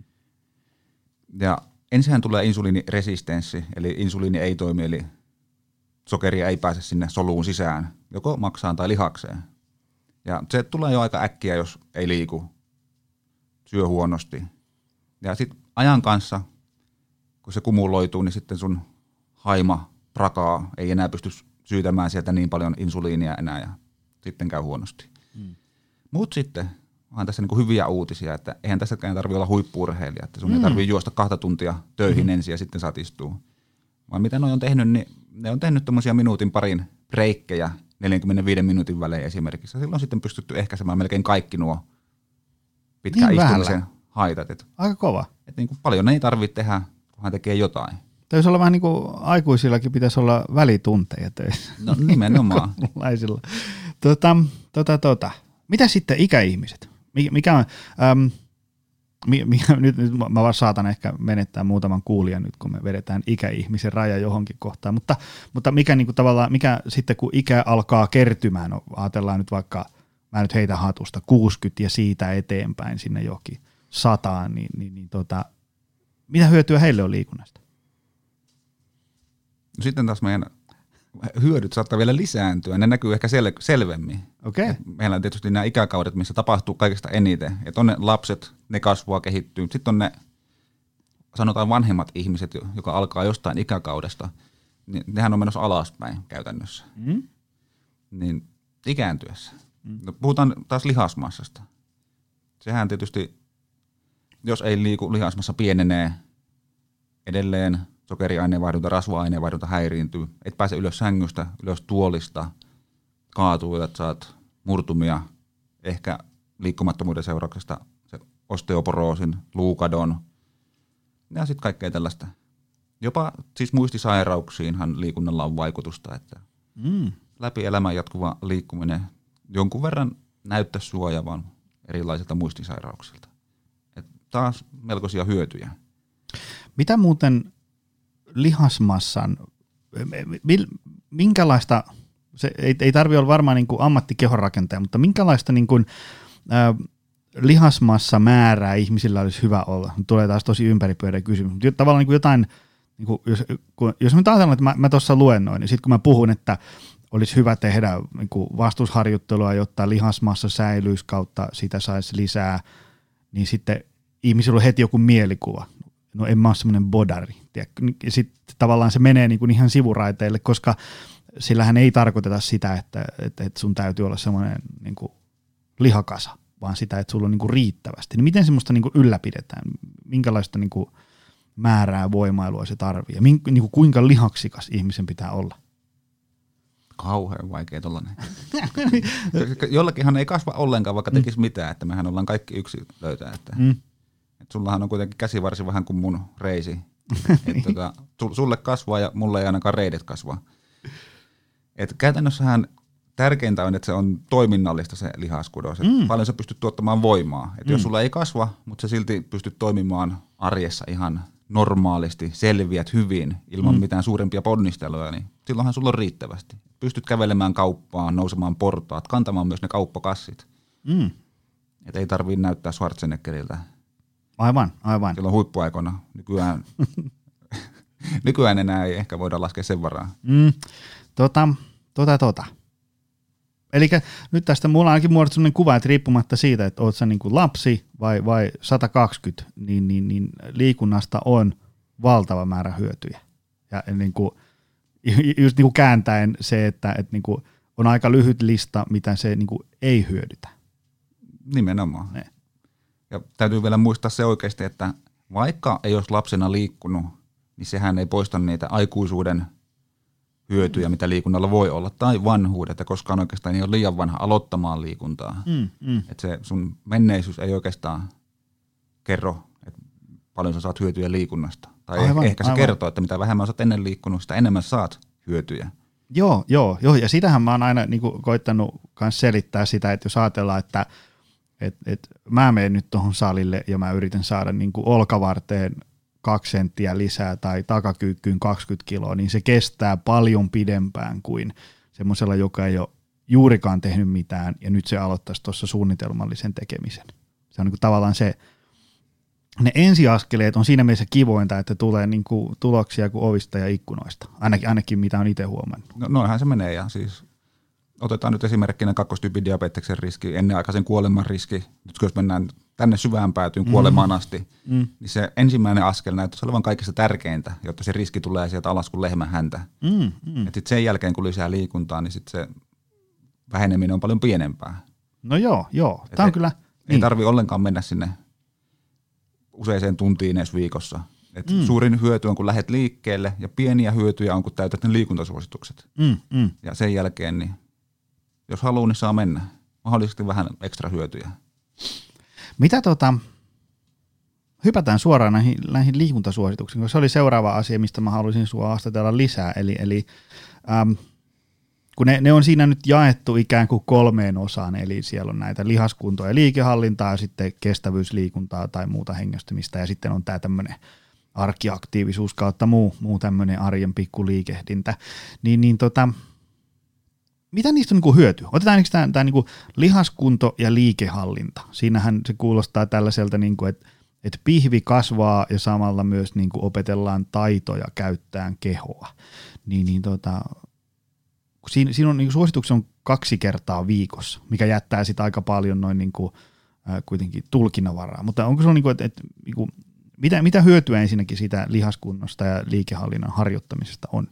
Ja ensinhän tulee insuliiniresistenssi, eli insuliini ei toimi, eli sokeria ei pääse sinne soluun sisään, joko maksaan tai lihakseen. Ja se tulee jo aika äkkiä, jos ei liiku, syö huonosti. Ja sitten ajan kanssa, kun se kumuloituu, niin sitten sun haima prakaa, ei enää pysty syytämään sieltä niin paljon insuliinia enää ja sitten käy huonosti. Hmm. Mutta sitten on tässä niinku hyviä uutisia, että eihän tässäkään tarvitse olla huippu-urheilija, että sun hmm. ei tarvitse juosta kahta tuntia töihin hmm. ensin ja sitten saat istua. Vaan mitä ne on tehnyt, niin ne on tehnyt tommosia minuutin parin breikkejä neljänkymmenenviiden minuutin välein esimerkiksi. Silloin on sitten pystytty ehkäisemään melkein kaikki nuo pitkän niin istumisen vähällä haitat. Et, aika kova. Et niin kuin paljon ne ei tarvitse tehdä, kunhan tekee jotain. Täytyisi olla vähän niin kuin aikuisillakin pitäisi olla välitunteja töissä. No nimenomaan. tota, tota, tota. Mitä sitten ikäihmiset? Mikä on... Äm, Mikä, nyt, nyt mä vaan saatan ehkä menettää muutaman kuulijan nyt, kun me vedetään ikäihmisen raja johonkin kohtaan, mutta, mutta mikä, niin kuin tavallaan, mikä sitten kun ikä alkaa kertymään, no, ajatellaan nyt vaikka, mä nyt heitän hatusta, kuusikymmentä ja siitä eteenpäin sinne johonkin sataan, niin, niin, niin tota, mitä hyötyä heille on liikunnasta? No sitten taas meidän hyödyt saattaa vielä lisääntyä, ne näkyy ehkä sel- selvemmin. Okay. Meillä on tietysti nämä ikäkaudet, missä tapahtuu kaikista eniten. Että on ne lapset, ne kasvua, kehittyy. Sitten on ne, sanotaan vanhemmat ihmiset, joka alkaa jostain ikäkaudesta, niin nehän on menossa alaspäin käytännössä. Mm. Niin ikääntyessä. Mm. No, puhutaan taas lihasmassasta. Sehän tietysti, jos ei liiku, lihasmassa pienenee edelleen, sokeriaineenvaihdunta, rasva-aineenvaihdunta häiriintyy, et pääse ylös sängystä, ylös tuolista, kaatuu, että saat murtumia, ehkä liikkumattomuuden seurauksesta se osteoporoosin, luukadon ja sitten kaikkea tällaista. Jopa siis muistisairauksiinhan liikunnalla on vaikutusta, että mm. läpi elämän jatkuva liikkuminen jonkun verran näyttäisi suojaavan erilaisilta muistisairauksilta. Et taas melkoisia hyötyjä. Mitä muuten lihasmassan, minkälaista, se ei, ei tarvitse olla varmaan niin kuin ammattikehonrakentaja, mutta minkälaista niin kuin, äh, lihasmassamäärää ihmisillä olisi hyvä olla? Tulee taas tosi ympäripyöreä kysymys, mutta tavallaan niin kuin jotain, niin kuin, jos, kun, jos mä ajatellaan, että mä, mä tuossa luennoin, niin sitten kun mä puhun, että olisi hyvä tehdä niin kuin vastusharjoittelua, jotta lihasmassa säilyisi kautta sitä saisi lisää, niin sitten ihmisillä on heti joku mielikuva. No en mä ole semmoinen bodari. Sitten tavallaan se menee niin kuin ihan sivuraiteille, koska sillähän ei tarkoiteta sitä, että, että, että sun täytyy olla semmoinen niin kuin lihakasa, vaan sitä, että sulla on niin kuin riittävästi. Niin miten semmoista niin kuin ylläpidetään? Minkälaista niin kuin määrää voimailua se tarvii? Ja min, niin kuin kuinka lihaksikas ihmisen pitää olla? Kauhean vaikea tollainen. Jollakinhan ei kasva ollenkaan, vaikka tekisi mm. mitään, että mehän ollaan kaikki yksilöitä. Että mm. et sullahan on kuitenkin käsivarsi vähän kuin mun reisi. Et tota, sulle kasvaa ja mulle ei ainakaan reidet kasvaa. Et käytännössähän tärkeintä on, että se on toiminnallista se lihaskudos. Mm. Paljon sä pystyt tuottamaan voimaa. Et mm. Jos sulla ei kasva, mutta sä silti pystyt toimimaan arjessa ihan normaalisti, selviät hyvin ilman mm. mitään suurempia ponnisteluja, niin silloinhan sulla on riittävästi. Pystyt kävelemään kauppaan, nousemaan portaat, kantamaan myös ne kauppakassit. Mm. Et ei tarvitse näyttää Schwarzeneggeriltä. Aivan, aivan. Silloin huippuaikoina. Nykyään, nykyään enää ei ehkä voida laskea sen varaan. Mm. Tota, tota, tota. Eli nyt tästä mulla on ainakin muodostunut sellainen kuva, että riippumatta siitä, että oot sä niin kuin lapsi vai, vai sata kaksikymmentä, niin, niin, niin liikunnasta on valtava määrä hyötyjä. Ja niin kuin, just niin kuin kääntäen se, että, että niin kuin on aika lyhyt lista, mitä se niin kuin ei hyödytä. Nimenomaan. Ne. Ja täytyy vielä muistaa se oikeasti, että vaikka ei olisi lapsena liikkunut, niin sehän ei poista niitä aikuisuuden hyötyjä, mitä liikunnalla voi olla, tai vanhuudet, että koskaan oikeastaan ei ole liian vanha aloittamaan liikuntaa. Mm, mm. Että se sun menneisyys ei oikeastaan kerro, että paljon sä saat hyötyjä liikunnasta. Tai aivan, ehkä se aivan. kertoo, että mitä vähemmän sä oot ennen liikkunut, sitä enemmän saat hyötyjä. Joo, joo, joo. Ja sitähän mä oon aina niin kuin koittanut myös selittää sitä, että jos ajatellaan, että et, et mä menen nyt tuohon salille ja mä yritän saada niin kuin olkavarteen kaksi senttiä lisää tai takakyykkyyn kaksikymmentä kiloa, niin se kestää paljon pidempään kuin semmoisella, joka ei ole juurikaan tehnyt mitään ja nyt se aloittaisi tuossa suunnitelmallisen tekemisen. Se on niin kuin tavallaan se, ne ensiaskeleet on siinä mielessä kivointa, että tulee niin kuin tuloksia kuin ovista ja ikkunoista, ainakin, ainakin mitä on itse huomannut. No noinhan se menee ja siis otetaan nyt esimerkkinä kakkostyypin diabeteksen riski, ennenaikaisen kuoleman riski, nyt jos mennään tänne syvään päätyyn kuolemaan asti, mm. niin se ensimmäinen askel näyttäisi olevan kaikista tärkeintä, jotta se riski tulee sieltä alas kuin lehmän häntä. Mm, mm. Et sit sen jälkeen, kun lisää liikuntaa, niin sit se väheneminen on paljon pienempää. No joo, joo. Tämä on ei, kyllä. Ei niin. tarvitse ollenkaan mennä sinne useiseen tuntiin edes viikossa. Et mm. Suurin hyöty on, kun lähdet liikkeelle, ja pieniä hyötyjä on, kun täytät ne liikuntasuositukset. Mm, mm. Ja sen jälkeen, niin jos haluaa, niin saa mennä. Mahdollisesti vähän ekstra hyötyjä. Mitä tota, hypätään suoraan näihin, näihin liikuntasuosituksiin, koska se oli seuraava asia, mistä mä haluaisin sua haastatella lisää. Eli, eli äm, kun ne, ne on siinä nyt jaettu ikään kuin kolmeen osaan, eli siellä on näitä lihaskuntoa ja liikehallintaa ja sitten kestävyysliikuntaa tai muuta hengästymistä ja sitten on tämä tämmöinen arkiaktiivisuus kautta muu, muu tämmöinen arjen pikkuliikehdintä. Niin, niin tota, mitä niistä on niin hyöty? Otetaan ensin tämä, tämä niin lihaskunto ja liikehallinta. Siinähän se kuulostaa tällaiselta, niin kuin, että, että pihvi kasvaa ja samalla myös niin kuin opetellaan taitoja käyttämään kehoa. Niin, niin tota, siinä, siinä on niin suosituksia on kaksi kertaa viikossa, mikä jättää sitä aika paljon noin niin kuin, äh, kuitenkin tulkinnanvaraa. Mutta onko se niin kuin, että, että, niin kuin, mitä, mitä hyötyä ensinnäkin siitä lihaskunnosta ja liikehallinnan harjoittamisesta on?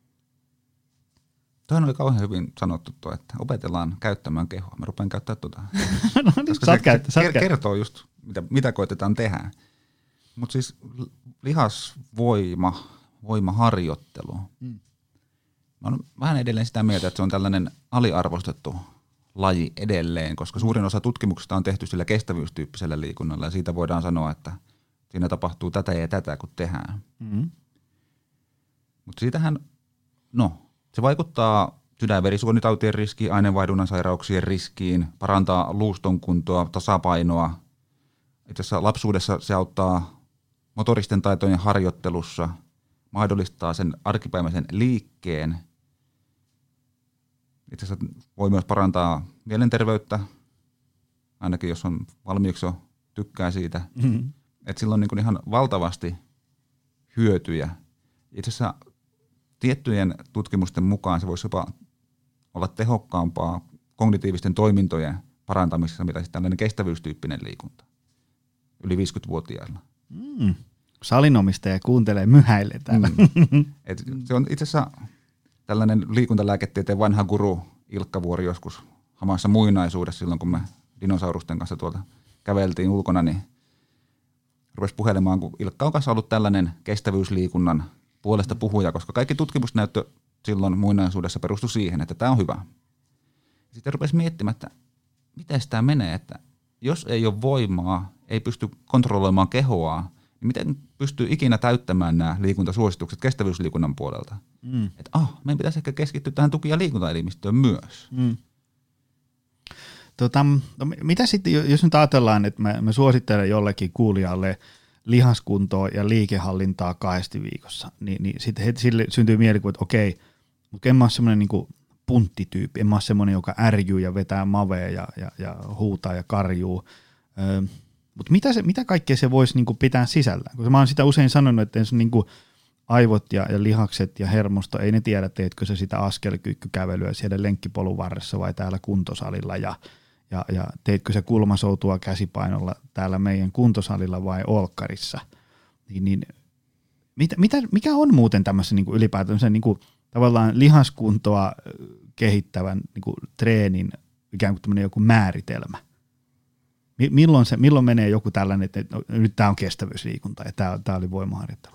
Tuohan oli kauhean hyvin sanottu tuo, että opetellaan käyttämään kehoa. Mä rupean käyttää tuota. No niin, koska se käyttä, ker- kertoo just, mitä, mitä koitetaan tehdä. Mutta siis lihasvoima, voimaharjoittelu. Mm. Mä oon vähän edelleen sitä mieltä, että se on tällainen aliarvostettu laji edelleen, koska suurin osa tutkimuksista on tehty sillä kestävyystyyppisellä liikunnalla ja siitä voidaan sanoa, että siinä tapahtuu tätä ja tätä, kun tehdään. Mm. Mutta siitähän, no... Se vaikuttaa sydän-verisuonitautien riskiin, aineenvaihdunnan sairauksien riskiin, parantaa luuston kuntoa, tasapainoa. Itse asiassa lapsuudessa se auttaa motoristen taitojen harjoittelussa, mahdollistaa sen arkipäiväisen liikkeen. Itse asiassa voi myös parantaa mielenterveyttä, ainakin jos on valmiiksi jo tykkää siitä. Mm-hmm. Että sillä on niin kuin ihan valtavasti hyötyjä. Itse asiassa tiettyjen tutkimusten mukaan se voisi jopa olla tehokkaampaa kognitiivisten toimintojen parantamisessa, mitä siis tällainen kestävyystyyppinen liikunta yli viisikymmentävuotiailla. Mm. Salinomistaja kuuntelee myhäille täällä. Mm. Et se on itse asiassa tällainen liikuntalääketieteen vanha guru Ilkka Vuori joskus hamassa muinaisuudessa silloin, kun me dinosaurusten kanssa tuolta käveltiin ulkona, niin rupesi puhelemaan, kun Ilkka on kanssa ollut tällainen kestävyysliikunnan puolesta puhuja, koska kaikki tutkimusnäyttö silloin muinaisuudessa perustui siihen, että tämä on hyvä. Sitten rupesi miettimään, että miten tämä menee, että jos ei ole voimaa, ei pysty kontrolloimaan kehoa, niin miten pystyy ikinä täyttämään nämä liikuntasuositukset kestävyysliikunnan puolelta? Mm. Että ah, meidän pitäisi ehkä keskittyä tähän tuki- ja liikuntaelimistöön myös. Mm. Tota, no mitä sitten, jos nyt ajatellaan, että mä, mä suosittelen jollekin kuulijalle lihaskuntoa ja liikehallintaa kahdesti viikossa, niin, niin sitten heti sille syntyy mielikuva, että okei, mutta en mä ole semmoinen niin kuin punttityyppi, en mä ole semmoinen, joka ärjyy ja vetää mavea ja, ja, ja huutaa ja karjuu. Öö, mutta mitä, se, mitä kaikkea se voisi niin kuin pitää sisällään? Koska mä oon sitä usein sanonut, että se niin kuin aivot ja, ja lihakset ja hermosto, ei ne tiedä, teetkö se sitä askelkyykkykävelyä siellä lenkkipolun varressa vai täällä kuntosalilla ja Ja, ja teitkö se kulmasoutua käsipainolla täällä meidän kuntosalilla vai olkkarissa, niin, niin mitä, mitä, mikä on muuten tämmöisen niin kuin ylipäätään niin kuin tavallaan lihaskuntoa kehittävän niin kuin treenin ikään kuin tämmöinen joku määritelmä? Milloin, se, milloin menee joku tällainen, että no, nyt tämä on kestävyysliikunta ja tämä, tämä oli voimaharjoittelu?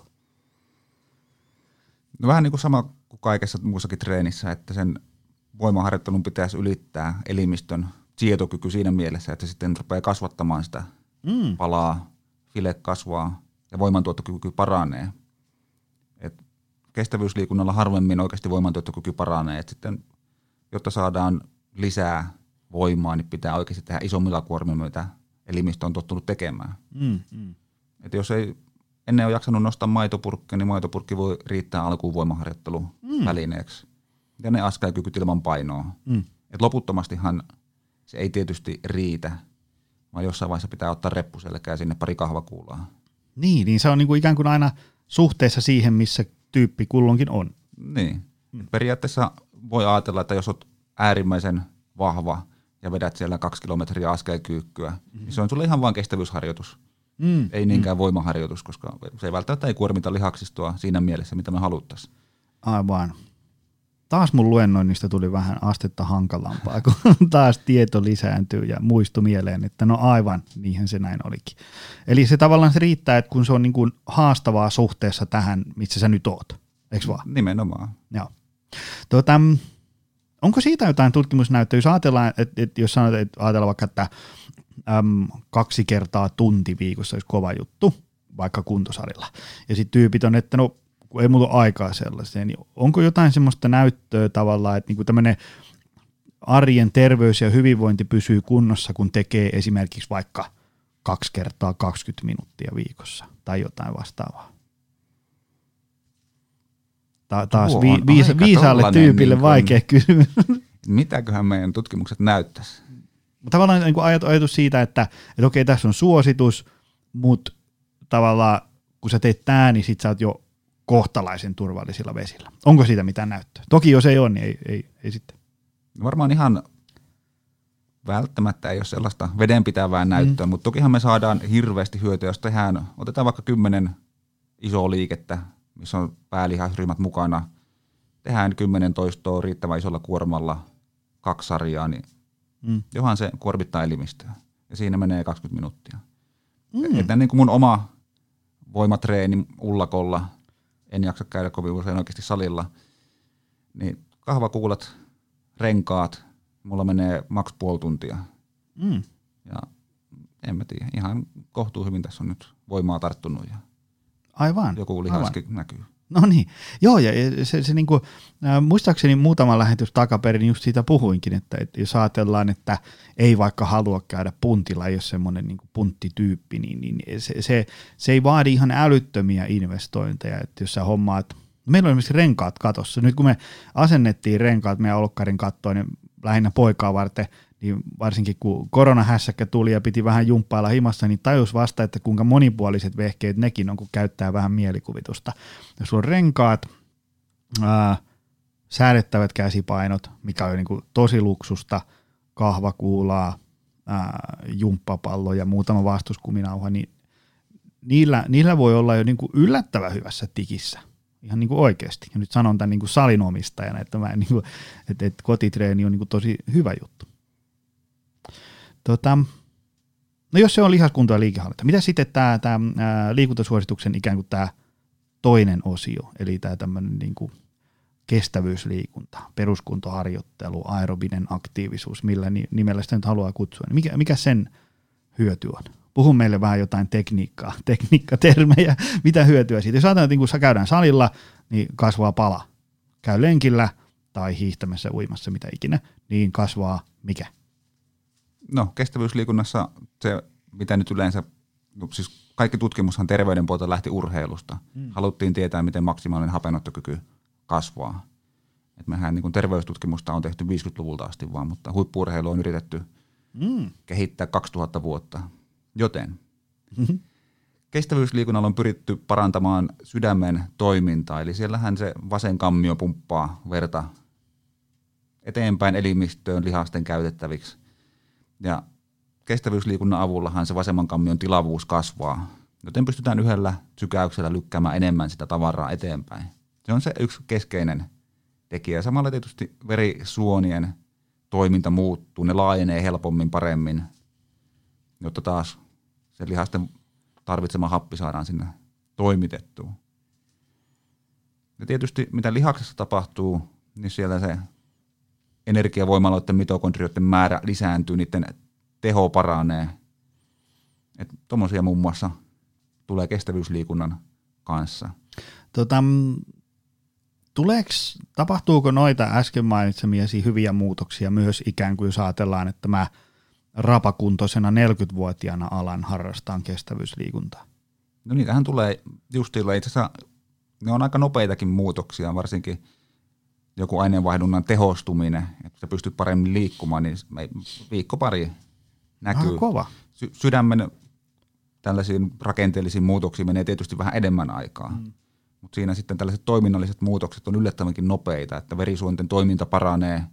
No vähän niin kuin sama kuin kaikessa muussakin treenissä, että sen voimaharjoittelun pitäisi ylittää elimistön sietokyky siinä mielessä, että se sitten rupeaa kasvattamaan sitä mm. palaa, file kasvaa ja voimantuottokyky paranee. Et kestävyysliikunnalla harvemmin oikeasti voimantuottokyky paranee. Et sitten, jotta saadaan lisää voimaa, niin pitää oikeasti tehdä isommilla kuormilla, mitä elimistö on tottunut tekemään. Mm, mm. Et jos ei ennen ole jaksanut nostaa maitopurkkia, niin maitopurkki voi riittää alkuun voimaharjoittelun mm. välineeksi. Ja ne askelkykyt ilman painoa. Mm. Et loputtomastihan se ei tietysti riitä, vaan jossain vaiheessa pitää ottaa reppu selkää sinne pari kahvakuulaa. Niin, niin se on niinku ikään kuin aina suhteessa siihen, missä tyyppi kulloinkin on. Niin. Mm. Periaatteessa voi ajatella, että jos olet äärimmäisen vahva ja vedät siellä kaksi kilometriä askelkyykkyä, mm. niin se on sulle ihan vain kestävyysharjoitus. Mm. Ei niinkään mm. voimaharjoitus, koska se ei välttämättä ei kuormita lihaksistoa siinä mielessä, mitä me haluttaisiin. Aivan. Taas mun luennoinnista tuli vähän astetta hankalampaa, kun taas tieto lisääntyy ja muistui mieleen, että no aivan, niinhän se näin olikin. Eli se tavallaan se riittää, että kun se on niin kuin haastavaa suhteessa tähän, missä sä nyt oot, eikö vaan? Nimenomaan. Joo. Tuota, onko siitä jotain tutkimusnäyttöä, jos ajatellaan, että, että jos sanotaan, että ajatellaan vaikka, että äm, kaksi kertaa tunti viikossa olisi kova juttu, vaikka kuntosalilla, ja sitten tyypit on, että no, kun ei mulla ole aikaa sellaiseen, niin onko jotain semmoista näyttöä tavallaan, että niinku tämmöinen arjen terveys ja hyvinvointi pysyy kunnossa, kun tekee esimerkiksi vaikka kaksi kertaa kaksikymmentä minuuttia viikossa tai jotain vastaavaa? Ta- taas Tuo vi- viisa- viisaalle tyypille niin vaikea kysymys. Mitäköhän meidän tutkimukset näyttäisi? Tavallaan niin kuin ajatus siitä, että, että okei, tässä on suositus, mutta tavallaan kun sä teet tää, niin sit sä oot jo kohtalaisen turvallisilla vesillä. Onko siitä mitään näyttöä? Toki jos ei ole, niin ei, ei, ei sitten. Varmaan ihan välttämättä ei ole sellaista vedenpitävää näyttöä, mm. mutta tokihan me saadaan hirveästi hyötyä, jos tehdään, otetaan vaikka kymmenen isoa liikettä, missä on päälihasryhmät mukana, tehdään kymmenen toistoa riittävän isolla kuormalla, kaksi sarjaa, niin mm. johan se kuormittaa elimistöä. Ja siinä menee kaksikymmentä minuuttia. Mm. Että niin kuin mun oma voimatreeni ullakolla, en jaksa käydä kovin usein oikeasti salilla, niin kahvakuulat, renkaat, mulla menee maks puoli tuntia. Mm. Ja en mä tiedä, ihan kohtuu hyvin tässä on nyt voimaa tarttunut ja aivan, joku lihaskin näkyy. No niin, joo, ja se, se niinku, äh, muistaakseni muutama lähetys takaperin niin just siitä puhuinkin, että, että jos ajatellaan, että ei vaikka halua käydä puntilla, ei ole semmoinen niinku punttityyppi, niin, niin se, se, se ei vaadi ihan älyttömiä investointeja, että jos sä hommaat, meillä on esimerkiksi renkaat katossa, nyt kun me asennettiin renkaat meidän olkkarin kattoon, niin lähinnä poikaa varten, niin varsinkin kun koronahässäkkä tuli ja piti vähän jumppailla himassa, niin tajus vasta, että kuinka monipuoliset vehkeet nekin on, kun käyttää vähän mielikuvitusta. Jos sulla on renkaat, ää, säädettävät käsipainot, mikä on niin kuin tosi luksusta, kahvakuulaa, ää, jumppapallo ja muutama vastuskuminauha, niin niillä, niillä voi olla jo niin kuin yllättävän hyvässä tikissä. Ihan niin kuin oikeasti. Ja nyt sanon tämän niin kuin salinomistajana, että, mä, niin kuin, että, että kotitreeni on niin kuin tosi hyvä juttu. Tota, no jos se on lihaskunto ja liikehallinta, mitä sitten tämä, tämä ää, liikuntasuosituksen ikään kuin tämä toinen osio, eli tämä tämmöinen niin kuin kestävyysliikunta, peruskuntoharjoittelu, aerobinen aktiivisuus, millä nimellä sitä nyt haluaa kutsua, niin mikä, mikä sen hyöty on? puhu meille vähän jotain tekniikkaa, tekniikkatermejä, mitä hyötyä siitä. Jos ajatellaan, että kun sä käydään salilla, niin kasvaa pala. Käy lenkillä tai hiihtämässä, uimassa, mitä ikinä, niin kasvaa mikä? No kestävyysliikunnassa se, mitä nyt yleensä, siis kaikki tutkimushan terveyden puolta lähti urheilusta. Mm. Haluttiin tietää, miten maksimaalinen hapenottokyky kasvaa. Et mehän niin kuin terveystutkimusta on tehty viisikymmentäluvulta asti vaan, mutta huippu-urheilu on yritetty mm. kehittää kaksituhatta vuotta. Joten mm-hmm. kestävyysliikunnalla on pyritty parantamaan sydämen toimintaa, eli siellähän se vasen kammio pumppaa verta eteenpäin elimistöön lihasten käytettäviksi. Ja kestävyysliikunnan avullahan se vasemman kammion tilavuus kasvaa, joten pystytään yhdellä sykäyksellä lykkäämään enemmän sitä tavaraa eteenpäin. Se on se yksi keskeinen tekijä. Samalla tietysti verisuonien toiminta muuttuu, ne laajenee helpommin, paremmin, jotta taas se lihasten tarvitsema happi saadaan sinne toimitettua. Ja tietysti mitä lihaksessa tapahtuu, niin siellä se energiavoimaloiden mitokondrioiden määrä lisääntyy, niiden teho paranee. Että tommosia muun muassa tulee kestävyysliikunnan kanssa. Tota, tuleeks, tapahtuuko noita äsken mainitsemiesi hyviä muutoksia myös ikään kuin jos ajatellaan, että mä rapakuntoisena neljäkymmentävuotiaana alan harrastaan kestävyysliikuntaa? No niitähän tulee justilla. Itse asiassa ne on aika nopeitakin muutoksia, varsinkin joku aineenvaihdunnan tehostuminen, että sä pystyt paremmin liikkumaan, niin viikko pari näkyy. Ah, kova. Sy- sydämen tällaisiin rakenteellisiin muutoksiin menee tietysti vähän enemmän aikaa, mm. mutta siinä sitten tällaiset toiminnalliset muutokset on yllättävänkin nopeita, että verisuonten toiminta paranee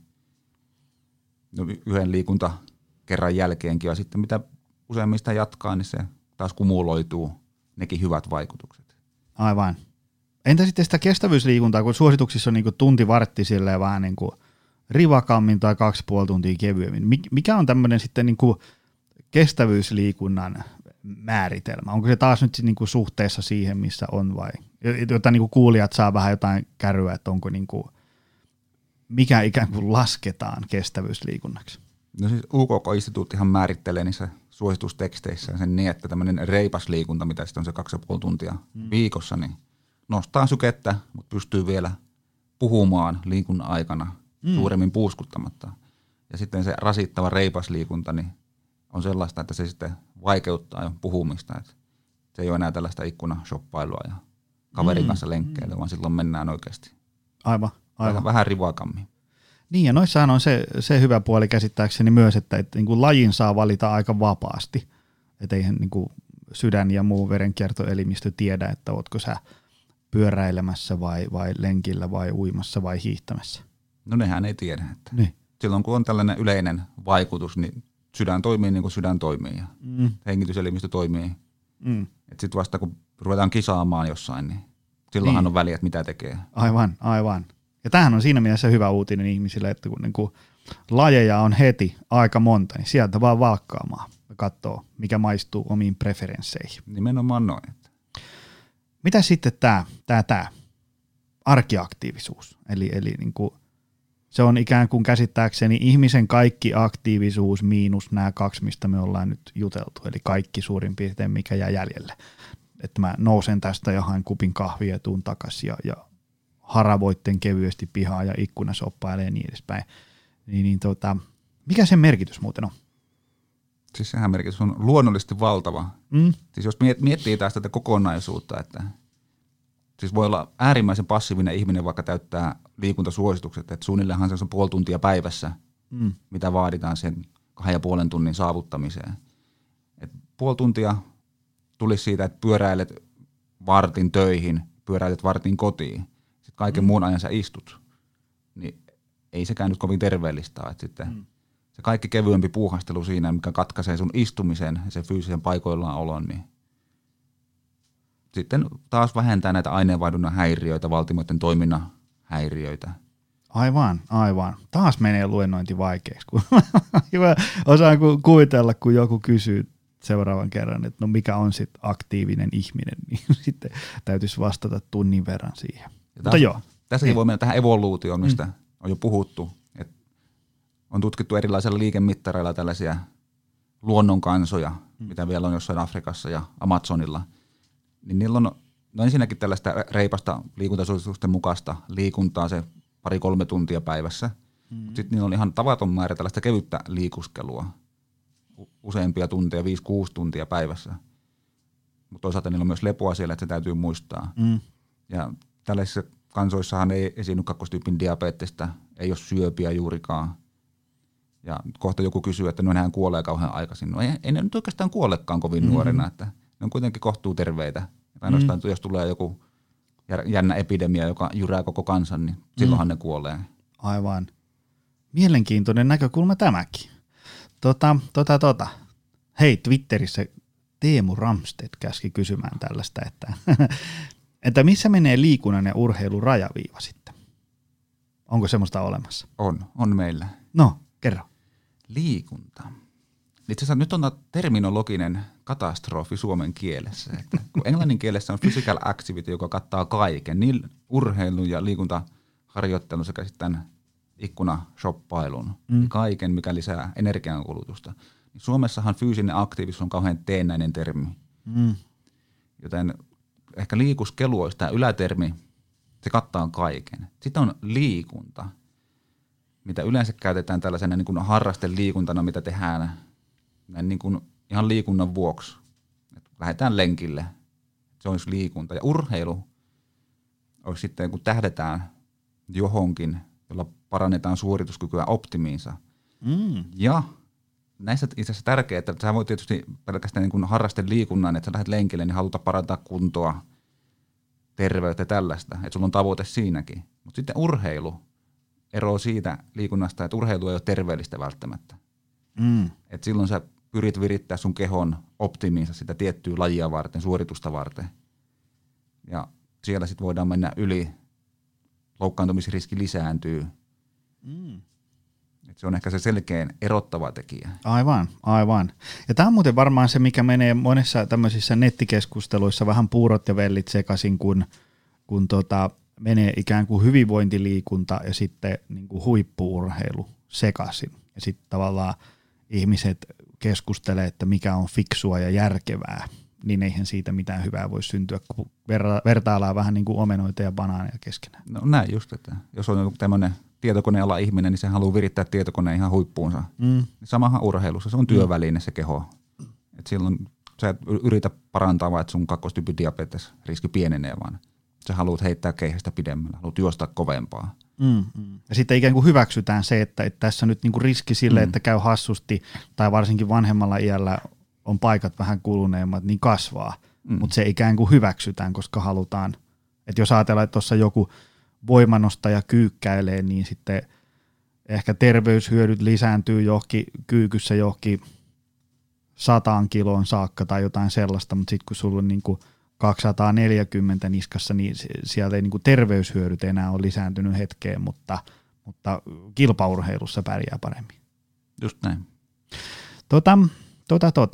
yhden liikuntakerran jälkeenkin, ja sitten mitä useimmista jatkaa, niin se taas kumuloituu nekin hyvät vaikutukset. Aivan. Entä sitten sitä kestävyysliikuntaa, kun suosituksissa on niin kuin tunti vartti silleen vähän niin kuin rivakammin tai kaksi puoli tuntia kevyemmin. Mikä on tämmöinen sitten niin kuin kestävyysliikunnan määritelmä? Onko se taas nyt niin kuin suhteessa siihen, missä on vai? Jotta niin kuin kuulijat saa vähän jotain kärryä, että onko niin kuin, mikä ikään kuin lasketaan kestävyysliikunnaksi? No siis U K K-instituuttihan määrittelee niissä suositusteksteissä sen niin, että tämmöinen reipas liikunta, mitä sitten on se kaksi ja puoli tuntia mm. viikossa, niin nostaa sykettä, mutta pystyy vielä puhumaan liikunnan aikana mm. suuremmin puuskuttamatta. Ja sitten se rasittava reipas liikunta niin on sellaista, että se sitten vaikeuttaa jo puhumista. Että se ei ole enää tällaista ikkunashoppailua ja kaverin mm. kanssa lenkkeilyä, vaan silloin mennään oikeasti aivan, aivan. Vähän, vähän rivakammin. Niin ja noissahan on se, se hyvä puoli käsittääkseni myös, että, että niin kuin lajin saa valita aika vapaasti. Että eihän niin kuin sydän ja muu verenkiertoelimistö tiedä, että ootko sä pyöräilemässä vai, vai lenkillä vai uimassa vai hiihtämässä. No nehän ei tiedä. Että niin. Silloin kun on tällainen yleinen vaikutus, niin sydän toimii niin kuin sydän toimii ja mm. hengityselimistö toimii. Mm. Sitten vasta kun ruvetaan kisaamaan jossain, niin silloinhan niin. on väliä, että mitä tekee. Aivan, aivan. Ja tämähän on siinä mielessä hyvä uutinen ihmisille, että kun niin kuin lajeja on heti aika monta, niin sieltä vaan valkkaamaan ja katsoo, mikä maistuu omiin preferensseihin. Nimenomaan noin. Mitä sitten tämä, tämä, tämä arkiaktiivisuus? Eli, eli niin kuin se on ikään kuin käsittääkseni ihmisen kaikki aktiivisuus miinus nämä kaksi, mistä me ollaan nyt juteltu. Eli kaikki suurin piirtein, mikä jää jäljelle. Että mä nousen tästä ja haen kupin kahvia ja tuun takaisin ja, ja haravoitten kevyesti pihaa ja ikkunasoppailee ja niin edespäin. Niin, niin tota, mikä sen merkitys muuten on? Siis sehän merkitys on luonnollisesti valtava. Mm. Siis jos miettii taas tätä kokonaisuutta, että siis voi olla äärimmäisen passiivinen ihminen, vaikka täyttää liikuntasuositukset, että suunnilleen se on puoli tuntia päivässä, mm. mitä vaaditaan sen kahden ja puolen tunnin saavuttamiseen. Et puoli tuntia tulisi siitä, että pyöräilet vartin töihin, pyöräilet vartin kotiin, sitten kaiken mm. muun ajan sä istut, niin ei sekään nyt kovin terveellistä, että sitten mm. se kaikki kevyempi puuhastelu siinä, mikä katkaisee sun istumisen ja sen fyysisen paikoillaan olon, niin sitten taas vähentää näitä aineenvaihdunnan häiriöitä, valtimoiden toiminnan häiriöitä. Aivan, aivan. Taas menee luennointi vaikeaksi. Kun osaan kuvitella, kun joku kysyy seuraavan kerran, että no mikä on sitten aktiivinen ihminen, niin sitten täytyisi vastata tunnin verran siihen. Mutta taas, joo. Tässäkin voi mennä tähän evoluutioon, mistä mm. on jo puhuttu. Et on tutkittu erilaisilla liikemittareilla tällaisia luonnonkansoja, mm. mitä vielä on jossain Afrikassa ja Amazonilla, niin niillä on no ensinnäkin tällaista reipasta liikuntasuositusten mukaista liikuntaa se pari-kolme tuntia päivässä. Mm. Sitten niillä on ihan tavaton määrä tällaista kevyttä liikuskelua, useampia tunteja, viisi kuusi tuntia päivässä. Mutta toisaalta niillä on myös lepoa siellä, että se täytyy muistaa. Mm. Ja tällaisissa kansoissahan ei esiinny kakkostyypin diabetesta, ei ole syöpiä juurikaan. Ja kohta joku kysyy, että no nehän kuolee kauhean aikaisin. No ei, ei ne nyt oikeastaan kuollekaan kovin mm-hmm. nuorena, että ne on kuitenkin kohtuu terveitä. Ainoastaan mm. jos tulee joku jännä epidemia, joka jyrää koko kansan, niin silloinhan mm. ne kuolee. Aivan. Mielenkiintoinen näkökulma tämäkin. Tota, tota, tota. Hei, Twitterissä Teemu Ramstedt käski kysymään tällaista, että, että missä menee liikunnan ja urheilun rajaviiva sitten? Onko semmoista olemassa? On, on meillä. No, kerro. Liikunta. Itse asiassa nyt on terminologinen katastrofi suomen kielessä. Että kun englannin kielessä on physical activity, joka kattaa kaiken, niin urheilun ja liikuntaharjoittelun sekä sitten ikkunashoppailun, mm. kaiken, mikä lisää energiankulutusta. Suomessahan fyysinen aktiivisuus on kauhean teennäinen termi. Mm. Joten ehkä liikuskelu olisi tämä ylätermi, se kattaa kaiken. Sitten on liikunta, mitä yleensä käytetään tällaisena niin kuin harrasteliikuntana, mitä tehdään näin niin kuin ihan liikunnan vuoksi. Et lähdetään lenkille, se olisi liikunta. Ja urheilu olisi sitten, kun tähdetään johonkin, jolla parannetaan suorituskykyä optimiinsa. Mm. Ja näissä itse asiassa tärkeää, että sä voit tietysti pelkästään niin kuin harrasteliikunnan, että sä lähdet lenkille, niin halutaan parantaa kuntoa, terveyttä ja tällaista. Että sulla on tavoite siinäkin. Mutta sitten urheilu eroaa siitä liikunnasta, että urheilu ei ole terveellistä välttämättä. Mm. Et silloin sä pyrit virittää sun kehon optimiinsa sitä tiettyä lajia varten, suoritusta varten. Ja siellä sitten voidaan mennä yli, loukkaantumisriski lisääntyy. Mm. Et se on ehkä se selkeän erottava tekijä. Aivan, aivan. Ja tämä on muuten varmaan se, mikä menee monessa tämmöisissä nettikeskusteluissa vähän puurot ja vellit sekaisin, kun, kun tota, menee ikään kuin hyvinvointiliikunta ja sitten niin kuin huippu-urheilu sekaisin. Ja sitten tavallaan ihmiset keskustelee, että mikä on fiksua ja järkevää, niin eihän siitä mitään hyvää voi syntyä, kun verra- vertaillaan vähän niin kuin omenoita ja banaaneja keskenään. No näin just, että jos on joku tämmöinen tietokoneala ihminen, niin se haluaa virittää tietokoneen ihan huippuunsa. Mm. Samahan urheilussa, se on työväline se keho. Et silloin sä et yritä parantaa vaan, että sun kakkostyypin diabetes riski pienenee, vaan sä haluat heittää keihästä pidemmällä, haluat juosta kovempaa. Mm, mm. Ja sitten ikään kuin hyväksytään se, että, että tässä nyt niinku riski sille, mm. että käy hassusti tai varsinkin vanhemmalla iällä on paikat vähän kuluneemmat, niin kasvaa. Mm. Mutta se ikään kuin hyväksytään, koska halutaan, että jos ajatellaan, että tuossa joku voimanostaja kyykkäilee, niin sitten ehkä terveyshyödyt lisääntyy johonkin kyykyssä johonkin sataan kiloon saakka tai jotain sellaista, mutta sitten kun sulla on niin kuin kaksisataaneljäkymmentä niskassa, niin sieltä ei niin kuin terveyshyödyt enää ole lisääntynyt hetkeen, mutta, mutta kilpaurheilussa pärjää paremmin. Just näin. Tota, tota, tota.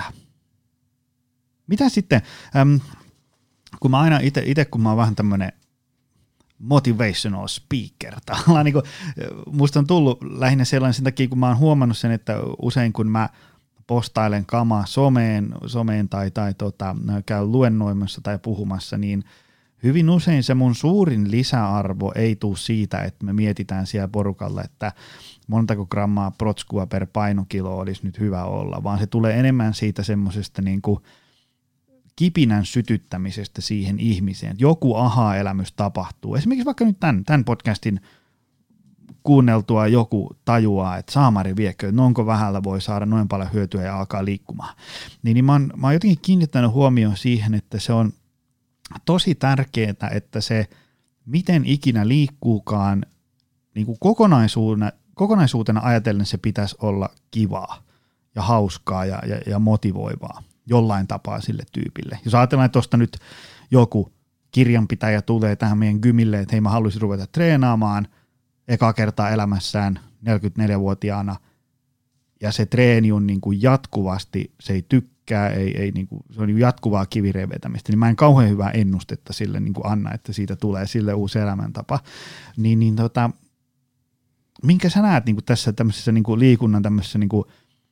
Mitä sitten, äm, kun mä aina itse, kun mä oon vähän tämmönen motivational speaker, tavallaan niin kuin, musta on tullut lähinnä sellainen sen takia, kun mä oon huomannut sen, että usein kun mä postailen kamaa someen, someen tai, tai tota, käyn luennoimassa tai puhumassa, niin hyvin usein se mun suurin lisäarvo ei tule siitä, että me mietitään siellä porukalla, että montako grammaa protskua per painokilo olisi nyt hyvä olla, vaan se tulee enemmän siitä semmoisesta niin kuin kipinän sytyttämisestä siihen ihmiseen. Joku aha-elämys tapahtuu. Esimerkiksi vaikka nyt tämän, tämän podcastin kuunneltua joku tajuaa, että saamari viekö, no onko vähällä voi saada noin paljon hyötyä ja alkaa liikkumaan. Niin, niin mä, oon, mä oon jotenkin kiinnittänyt huomioon siihen, että se on tosi tärkeää, että se miten ikinä liikkuukaan niin kuin kokonaisuutena, kokonaisuutena ajatellen se pitäisi olla kivaa ja hauskaa ja, ja, ja motivoivaa jollain tapaa sille tyypille. Jos ajatellaan, että tuosta nyt joku kirjanpitäjä tulee tähän meidän gymille, että hei mä haluaisin ruveta treenaamaan eka kertaa elämässään neljäkymmentäneljävuotiaana ja se treeni on niin kuin jatkuvasti, se ei tykkää, ei, ei niin kuin, se on niin kuin jatkuvaa kivireen vetämistä, niin mä en kauhean hyvää ennustetta sille niin kuin anna, että siitä tulee sille uusi elämäntapa. Niin, niin tota, minkä sä näet niin kuin tässä tämmöisessä niin kuin liikunnan tämmöisessä niin kuin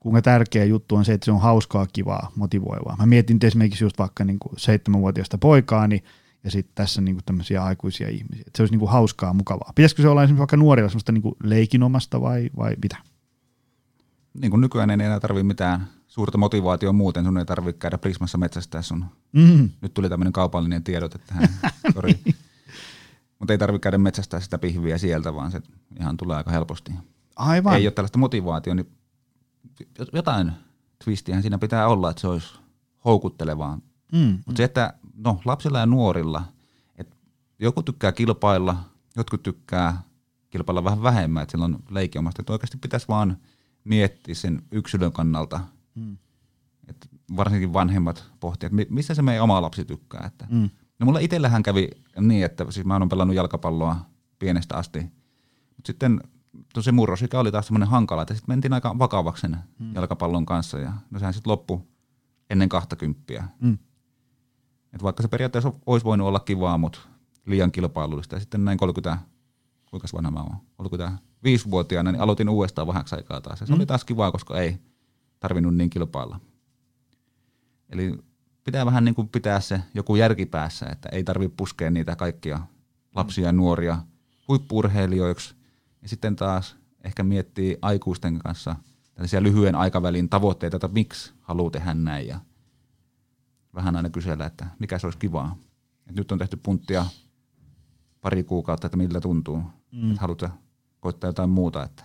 kuinka tärkeä juttu on se, että se on hauskaa, kivaa, motivoivaa. Mä mietin esimerkiksi just vaikka niin kuin seitsemänvuotiaista poikaani ja sitten tässä niin kuin tämmöisiä aikuisia ihmisiä. Että se olisi niin kuin hauskaa, mukavaa. Pitäisikö se olla esimerkiksi vaikka nuorilla semmoista niin kuin leikinomasta vai, vai mitä? Niin kuin nykyään ei enää tarvitse mitään suurta motivaatiota muuten, sun ei tarvitse käydä Prismassa metsästää sun. Mm. Nyt tuli tämmöinen kaupallinen tiedote tähän, sori. Mutta ei tarvitse käydä metsästää sitä pihviä sieltä, vaan se ihan tulee aika helposti. Aivan. Ei ole tällaista motivaatiota, niin jotain twistiähän siinä pitää olla, että se olisi houkuttelevaa. Mm. Mutta se, että no, lapsilla ja nuorilla, että joku tykkää kilpailla, jotkut tykkää kilpailla vähän vähemmän, että sillä on leikiomasta, että oikeasti pitäisi vaan miettiä sen yksilön kannalta, mm. että varsinkin vanhemmat pohtivat, että missä se meidän oma lapsi tykkää. Että mm. No mulla itsellähän kävi niin, että siis mä oon pelannut jalkapalloa pienestä asti, mutta sitten se murrosikä oli taas semmoinen hankala, että sitten mentiin aika vakavaksi sen mm. jalkapallon kanssa ja no sehän sitten loppui ennen kaksikymmentä. Mm. Et vaikka se periaatteessa olisi voinut olla kivaa, mutta liian kilpailullista. Ja sitten näin kolmekymmentä, kuinka vanha mä oon, kolmekymmentäviisivuotiaana, niin aloitin uudestaan vähäksi aikaa taas. Ja se mm. oli taas kivaa, koska ei tarvinnut niin kilpailla. Eli pitää vähän niin kuin pitää se joku järki päässä, että ei tarvitse puskea niitä kaikkia lapsia ja nuoria huippu-urheilijoiksi. Ja sitten taas ehkä miettii aikuisten kanssa tällaisia lyhyen aikavälin tavoitteita, että miksi haluaa tehdä näin. Ja vähän aina kysellä, että mikä se olisi kivaa. Et nyt on tehty punttia pari kuukautta, että millä tuntuu. Mm. Että halutaan koittaa jotain muuta. Että.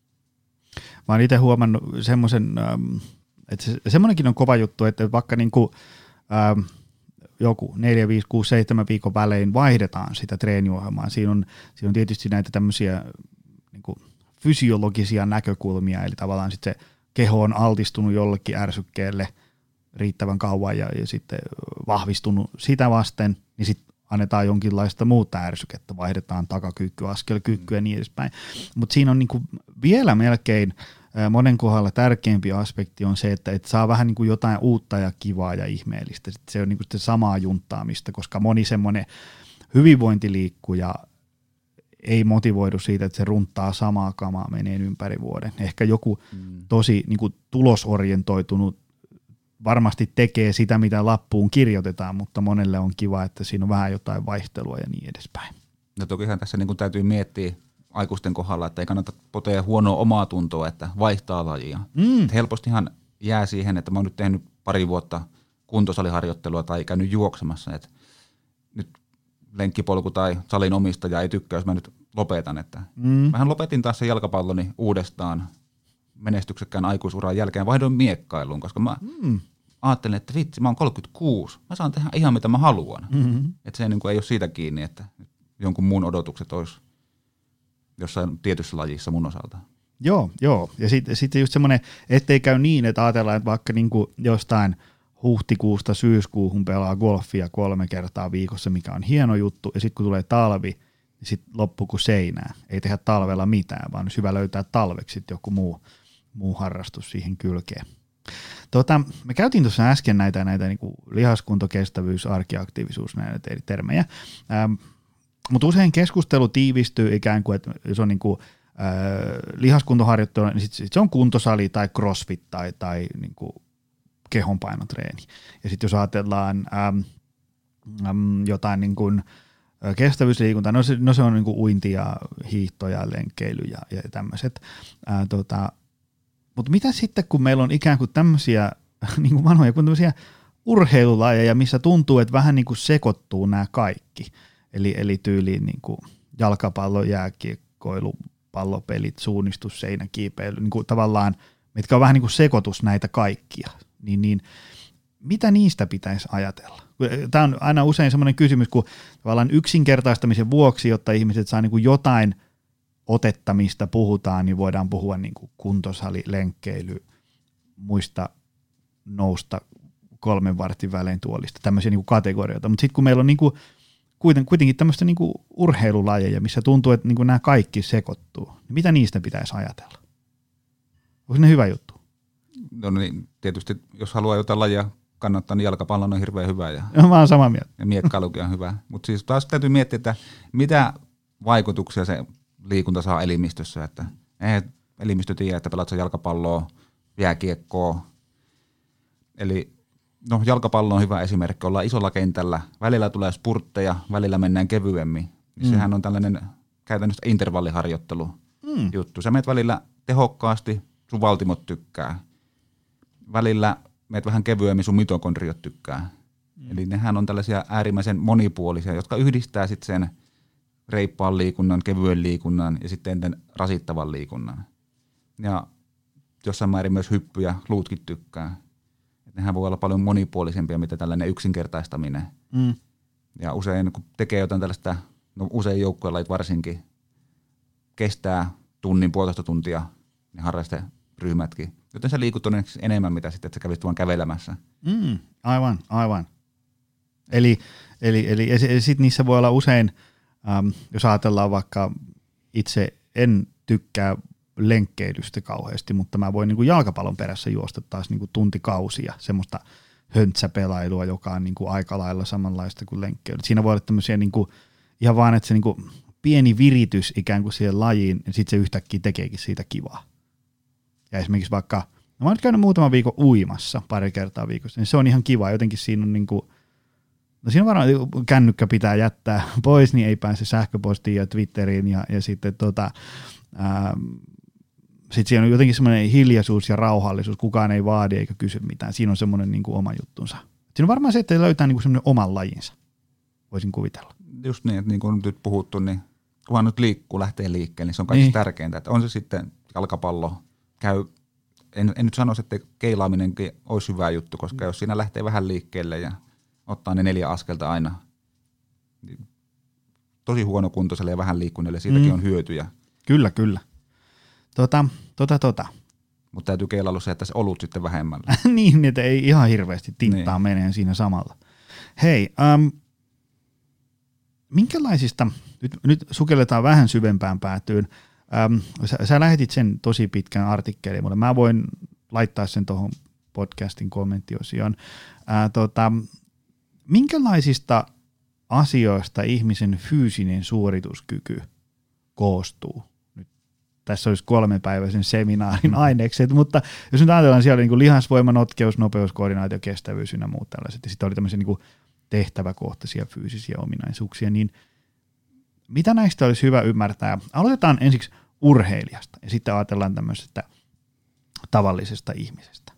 Mä oon itse huomannut semmoisen, että se, semmoinenkin on kova juttu, että vaikka niinku, ähm, joku neljä, viisi, kuusi, seitsemän viikon välein vaihdetaan sitä treeniohjelmaa. Siinä on, siinä on tietysti näitä tämmöisiä niinku fysiologisia näkökulmia, eli tavallaan sitten se keho on altistunut jollekin ärsykkeelle riittävän kauan ja, ja sitten vahvistunut sitä vasten, niin sitten annetaan jonkinlaista muuta ärsykettä, vaihdetaan takakyykky, askelkyykky ja niin edespäin. Mutta siinä on niinku vielä melkein monen kohdalla tärkeämpi aspekti on se, että et saa vähän niinku jotain uutta ja kivaa ja ihmeellistä. Sitten se on niinku sitä samaa junttaamista, koska moni semmoinen hyvinvointiliikkuja ei motivoidu siitä, että se runttaa samaa kamaa menee ympäri vuoden. Ehkä joku mm. tosi niinku tulosorientoitunut varmasti tekee sitä, mitä lappuun kirjoitetaan, mutta monelle on kiva, että siinä on vähän jotain vaihtelua ja niin edespäin. No tokihan tässä niin kuin täytyy miettiä aikuisten kohdalla, että ei kannata potea huonoa omaa tuntoa, että vaihtaa lajia. Mm. Että helpostihan jää siihen, että mä oon nyt tehnyt pari vuotta kuntosaliharjoittelua tai käynyt juoksemassa, että nyt lenkkipolku tai salin omistaja ei tykkää, jos mä nyt lopetan. Että mm. Mähän lopetin taas sen jalkapalloni uudestaan menestyksekkään aikuisuran jälkeen, vaihdoin miekkailuun, koska mä mm. ajattelin, että vitsi, mä oon kolmekymmentäkuusi, mä saan tehdä ihan mitä mä haluan. Mm-hmm. Että se niin kuin ei ole siitä kiinni, että jonkun muun odotukset olisi jossain tietyssä lajissa mun osalta. Joo, joo. Ja sitten sit just semmoinen, ettei käy niin, että ajatellaan, että vaikka niin kuin jostain huhtikuusta syyskuuhun pelaa golfia kolme kertaa viikossa, mikä on hieno juttu, ja sitten kun tulee talvi, niin sitten loppu kuin seinää. Ei tehdä talvella mitään, vaan olisi hyvä löytää talveksi joku muu, muu harrastus siihen kylkeen. Tota, me käytiin tuossa äsken näitä, näitä niin kuin lihaskunto, kestävyys, arkiaktiivisuus, näitä eri termejä, ähm, mutta usein keskustelu tiivistyy ikään kuin, että jos on niin kuin, äh, lihaskuntoharjoittelu, niin sit, sit se on kuntosali tai crossfit tai, tai niin kuin kehonpainotreeni. Ja sitten jos ajatellaan ähm, ähm, jotain niin kuin kestävyysliikunta, no se, no se on niin kuin uinti ja hiihto ja lenkkeily ja, ja tämmöiset. Tota, mutta mitä sitten, kun meillä on ikään kuin tämmöisiä niin kuin vanhoja, kuin tämmöisiä urheilulajeja, missä tuntuu, että vähän niin kuin sekoittuu nämä kaikki. Eli, eli tyyliin niin kuin jalkapallo, jääkiekkoilu, pallopelit, suunnistus, seinäkiipeily, niin kuin tavallaan, mitkä on vähän niin kuin sekoitus näitä kaikkia. Niin, niin mitä niistä pitäisi ajatella? Tämä on aina usein semmoinen kysymys, kun tavallaan yksinkertaistamisen vuoksi, jotta ihmiset saa niin kuin jotain otetta, mistä puhutaan, niin voidaan puhua niin kuin kuntosali, lenkkeily, muista nousta kolmen vartin välein tuolista, tämmöisiä niin kuin kategorioita. Mutta sitten kun meillä on niin kuin kuiten, kuitenkin tämmöistä niin kuin urheilulajeja, missä tuntuu, että niin kuin nämä kaikki sekoittuu, niin mitä niistä pitäisi ajatella? Onko ne hyvä juttu? No niin, tietysti jos haluaa jotain lajia kannattaa, niin jalkapallo on hirveän hyvä ja, no, mä oon samaa mieltä. Ja miekkailukin on hyvä. Mutta siis taas täytyy miettiä, että mitä vaikutuksia se liikunta saa elimistössä. Että eihän elimistö tiedä, että pelaat jalkapalloa jääkiekkoa. Eli no, jalkapallo on hyvä esimerkki. Ollaan isolla kentällä. Välillä tulee spurtteja, välillä mennään kevyemmin. Mm. Sehän on tällainen käytännössä intervalliharjoittelu mm. juttu. Sä meet välillä tehokkaasti, sun valtimot tykkää. Välillä meet vähän kevyemmin, sun mitokondriot tykkää. Mm. Eli nehän on tällaisia äärimmäisen monipuolisia, jotka yhdistää sitten sen reippaan liikunnan, kevyen liikunnan ja sitten enten rasittavan liikunnan. Ja jossain määrin myös hyppy ja luutkin tykkää. Et nehän voi olla paljon monipuolisempia, mitä tällainen yksinkertaistaminen. Mm. Ja usein kun tekee jotain tällaista, no usein joukkuelajit varsinkin, kestää tunnin, puolitoista tuntia ne harrasteryhmätkin. Joten sä liikut enemmän, mitä sitten, että sä kävisit vaan kävelemässä. Mm, aivan, aivan. Eli, eli, eli, eli sitten niissä voi olla usein, äm, jos ajatellaan vaikka itse en tykkää lenkkeilystä kauheasti, mutta mä voin niin kuin jalkapallon perässä juosta taas niin kuin tuntikausia, semmoista höntsäpelailua, joka on niin kuin aika lailla samanlaista kuin lenkkeily. Siinä voi olla tämmöisiä niin kuin, ihan vaan, että se niin kuin pieni viritys ikään kuin siihen lajiin, ja sitten se yhtäkkiä tekeekin siitä kivaa. Ja esimerkiksi vaikka, no mä oon nyt käynyt muutaman viikon uimassa pari kertaa viikossa, niin se on ihan kiva. Jotenkin siinä on niinku, no siinä varmaan kännykkä pitää jättää pois, niin ei pääse sähköpostiin ja Twitteriin ja, ja sitten tota, sitten siinä on jotenkin semmoinen hiljaisuus ja rauhallisuus, kukaan ei vaadi eikä kysy mitään. Siinä on semmoinen niinku oma juttunsa. Siinä on varmaan se, että löytää niinku semmoinen oman lajinsa, voisin kuvitella. Just niin, että niin kuin on nyt puhuttu, niin kun vaan nyt liikkuu, lähtee liikkeelle, niin se on kaikista niin tärkeintä. Että on se sitten jalkapallo, käy, en, en nyt sanoisi, että keilaaminenkin olisi hyvä juttu, koska jos siinä lähtee vähän liikkeelle ja ottaa ne neljä askelta aina, niin tosi huonokuntoiselle ja vähän liikkuneelle siitäkin mm. on hyötyjä. Kyllä, kyllä. Tota, tota, tota. Mutta täytyy keilailu se, että se olut sitten vähemmällä. Niin, että ei ihan hirveästi tinttaa niin menee siinä samalla. Hei, ähm, minkälaisista, nyt, nyt sukelletaan vähän syvempään päätyyn. Ähm, sä, sä lähetit sen tosi pitkän artikkelin mulle. Mä voin laittaa sen tuohon podcastin kommenttiosioon. Äh, tota, minkälaisista asioista ihmisen fyysinen suorituskyky koostuu? Nyt tässä olisi kolmenpäiväisen seminaarin ainekset, mutta jos nyt ajatellaan, siellä oli niin kuin lihasvoima, notkeus, nopeus, koordinaatio, kestävyys ja muut tällaiset, ja sitten oli tämmöisiä niin kuin tehtäväkohtaisia fyysisiä ominaisuuksia, niin mitä näistä olisi hyvä ymmärtää? Aloitetaan ensiksi urheilijasta ja sitten ajatellaan tämmöisestä tavallisesta ihmisestä.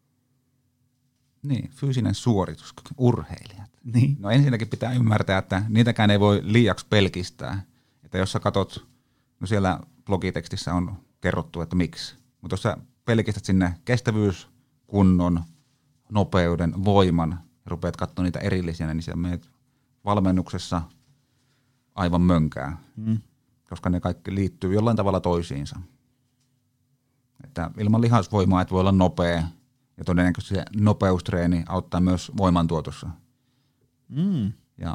Niin, fyysinen suorituskyky, urheilijat. Niin. No ensinnäkin pitää ymmärtää, että niitäkään ei voi liiaksi pelkistää. Että jos sä katot, no siellä blogitekstissä on kerrottu, että miksi. Mutta jos sä pelkistät sinne kestävyys, kunnon, nopeuden, voiman, ja rupeat katsomaan niitä erillisiä, niin sä menet valmennuksessa aivan mönkää, mm. koska ne kaikki liittyy jollain tavalla toisiinsa. Että ilman lihasvoimaa et voi olla nopea, ja todennäköisesti se nopeustreeni auttaa myös voimantuotossa. Mm. Ja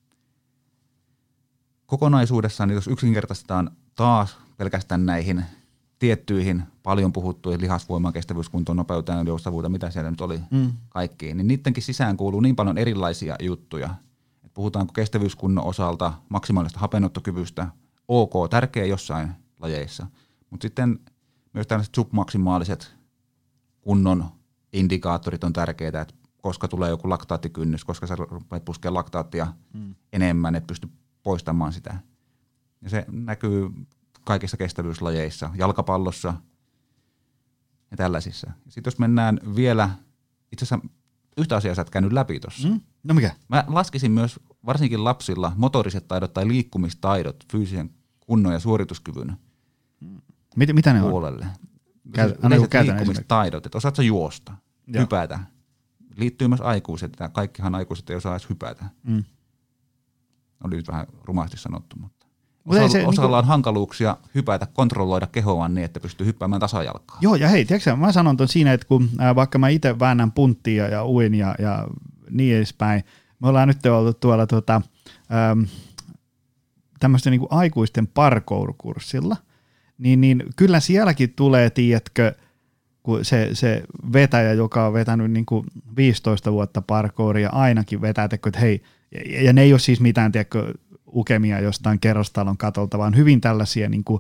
kokonaisuudessaan, jos yksinkertaistetaan taas pelkästään näihin tiettyihin paljon puhuttuihin lihasvoimaan, kestävyyskuntoon, nopeuteen, joustavuuteen, mitä siellä nyt oli mm. kaikkiin, niin niidenkin sisään kuuluu niin paljon erilaisia juttuja. Et puhutaanko kestävyyskunnon osalta maksimaalista hapenottokyvystä, ok, tärkeä jossain lajeissa, mutta sitten myös tällaiset submaksimaaliset kunnon indikaattorit on tärkeitä, että koska tulee joku laktaattikynnys, koska sä rupeat puskemaan laktaattia mm. enemmän, et pysty poistamaan sitä. Ja se näkyy kaikissa kestävyyslajeissa, jalkapallossa ja tällaisissa. Sitten jos mennään vielä, itse asiassa yhtä asiaa sä et käynyt läpi tuossa. Mm. No mikä? Mä laskisin myös varsinkin lapsilla motoriset taidot tai liikkumistaidot fyysisen kunnon ja suorituskyvyn Mit, mitä ne puolelle. on? Käy, liikkumistaidot, että osaat sä juosta, Joo. hypätä. Liittyy myös aikuiset, että kaikkihan aikuiset ei osaa edes hypätä. Mm. Oli nyt vähän rumasti sanottu, mutta Osa, se, osalla niin on hankaluuksia hypätä, kontrolloida kehoaan niin, että pystyy hyppäämään tasajalkaa. Joo, ja hei, tiedätkö, mä sanon ton siinä, että kun ää, vaikka mä itse väännän punttia ja uin ja, ja niin edespäin, me ollaan nyt oltu tuolla tuota, ähm, tämmöisten niin kuin aikuisten parkour-kurssilla, niin, niin kyllä sielläkin tulee, tiedätkö, kun se, se vetäjä, joka on vetänyt niin kuin viisitoista vuotta parkouria, ainakin vetää, että hei, ja, ja ne ei ole siis mitään, tiedätkö, ukemia jostain kerrostalon katolta, vaan hyvin tällaisia niin kuin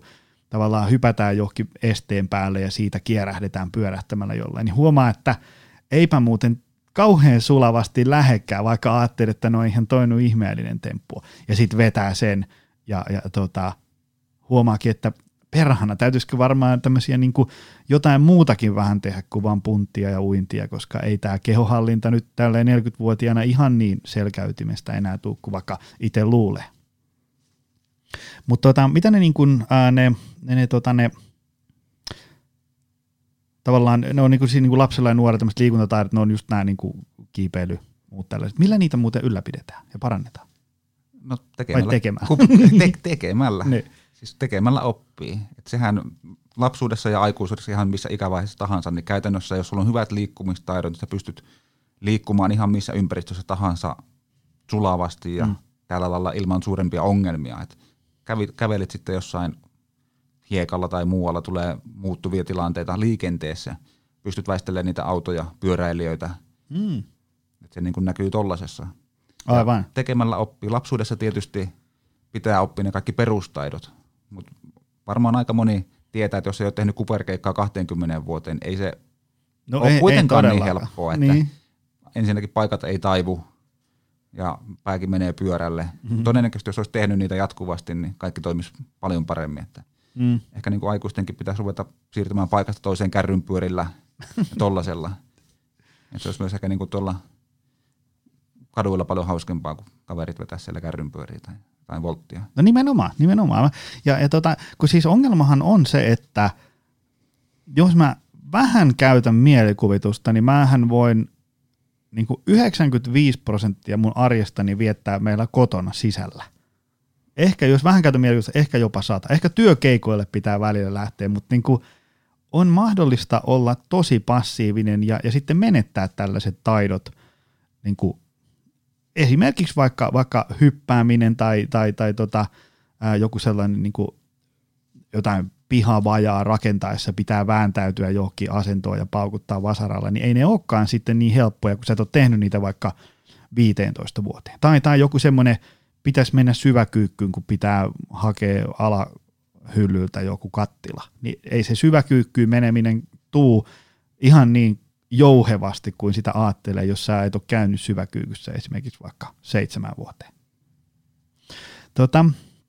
tavallaan hypätään johonkin esteen päälle ja siitä kierähdetään pyörähtämällä jollain, niin huomaa, että eipä muuten kauhean sulavasti lähekkää, vaikka ajattelee, että no ihan toinen ihmeellinen temppu, ja sitten vetää sen, ja, ja tota, huomaakin, että perhana täytyisikö varmaan tämmöisiä niin kuin jotain muutakin vähän tehdä kuin vaan punttia ja uintia, koska ei tämä kehohallinta nyt tälleen neljäkymmentävuotiaana ihan niin selkäytimestä enää tule kuin vaikka itse luulee. Mutta tota, mitä ne, niin kuin, ää, ne, ne, ne, tota, ne tavallaan, ne on niin kuin, niin kuin lapsella ja nuorella tämmöiset liikuntataidot, ne on just nämä niin kuin kiipeily, muut tällaiset. Millä niitä muuten ylläpidetään ja parannetaan? No tekemällä. Vai tekemällä? Te- tekemällä. Ne. Siis tekemällä oppii. Et sehän lapsuudessa ja aikuisuudessa ihan missä ikävaiheessa tahansa, niin käytännössä jos sulla on hyvät liikkumistaidot, niin sä pystyt liikkumaan ihan missä ympäristössä tahansa sulavasti ja mm. tällä lailla ilman suurempia ongelmia. Et kävi, kävelit sitten jossain hiekalla tai muualla, tulee muuttuvia tilanteita liikenteessä, pystyt väistelemään niitä autoja, pyöräilijöitä. Mm. Et se niin kuin näkyy tollasessa. Aivan. Tekemällä oppii. Lapsuudessa tietysti pitää oppia ne kaikki perustaidot, mutta varmaan aika moni tietää, että jos ei ole tehnyt kuperkeikkaa kaksikymmentä vuoteen, ei se no ole ei, kuitenkaan ei niin helppoa, että niin. Ensinnäkin paikat ei taivu ja pääkin menee pyörälle. Mm-hmm. Todennäköisesti jos olisi tehnyt niitä jatkuvasti, niin kaikki toimisi paljon paremmin. Että mm. Ehkä niin kuin aikuistenkin pitäisi ruveta siirtymään paikasta toiseen kärrynpyörillä ja tollasella. Että se olisi myös ehkä niin kuin tuolla kaduilla paljon hauskempaa, kun kaverit vetää siellä kärrynpyöriä tai, tai volttia. No nimenomaan, nimenomaan. Ja, ja tota, kun siis ongelmahan on se, että jos mä vähän käytän mielikuvitusta, niin mähän voin niin kuin yhdeksänkymmentäviisi prosenttia mun arjestani viettää meillä kotona sisällä. Ehkä jos vähän käytän mielikuvitusta, ehkä jopa sata. Ehkä työkeikoille pitää välillä lähteä, mutta niin kuin on mahdollista olla tosi passiivinen ja, ja sitten menettää tällaiset taidot niin kuin esimerkiksi vaikka, vaikka hyppääminen tai, tai, tai tota, ää, joku sellainen niin kuin jotain pihavajaa rakentaessa pitää vääntäytyä johonkin asentoon ja paukuttaa vasaralla, niin ei ne olekaan sitten niin helppoja, kun sä et ole tehnyt niitä vaikka viisitoista vuoteen. Tai, tai joku semmoinen, pitäisi mennä syväkyykkyyn, kun pitää hakea alahyllyltä joku kattila. Niin ei se syväkyykkyyn meneminen tuu ihan niin jouhevasti kuin sitä ajattelee, jos sä et ole käynyt syväkyykyssä esimerkiksi vaikka seitsemän vuoteen. Tota,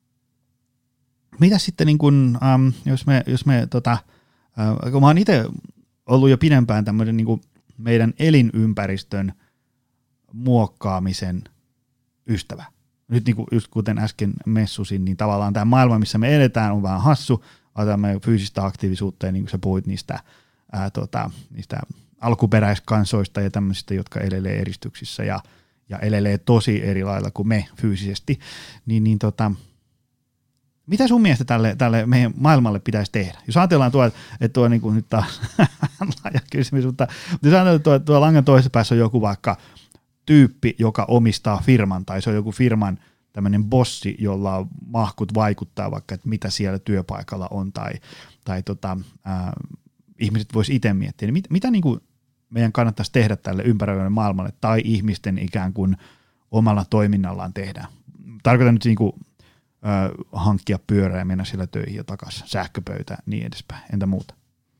mitä sitten, niin kun, ähm, jos me, jos me tota, äh, kun mä oon itse ollut jo pidempään tämmöinen niin kuin meidän elinympäristön muokkaamisen ystävä. Nyt niin kuin just kuten äsken messusin, niin tavallaan tämä maailma, missä me eletään, on vähän hassu. Otamme fyysistä aktiivisuutta ja niin kuin sä puhuit niistä, ää, tota, niistä alkuperäiskansoista ja tämmöisistä, jotka elelee eristyksissä ja, ja elelee tosi eri lailla kuin me fyysisesti, niin, niin tota, mitä sun mielestä tälle, tälle meidän maailmalle pitäisi tehdä? Jos ajatellaan tuo, että tuo niin kuin nyt taas laaja kysymys, mutta jos ajatellaan, että tuo, tuo langan toisessa päässä on joku vaikka tyyppi, joka omistaa firman, tai se on joku firman tämmöinen bossi, jolla on mahkut vaikuttaa vaikka, että mitä siellä työpaikalla on, tai, tai tota, ää, ihmiset vois itse miettiä, niin mit, mitä niin kuin meidän kannattaisi tehdä tälle ympäröivälle maailmalle, tai ihmisten ikään kuin omalla toiminnallaan tehdään. Tarkoitan nyt niin kuin Ö, hankkia pyörää ja mennä siellä töihin ja takaisin, sähköpöytä ja niin edespäin. Entä muuta?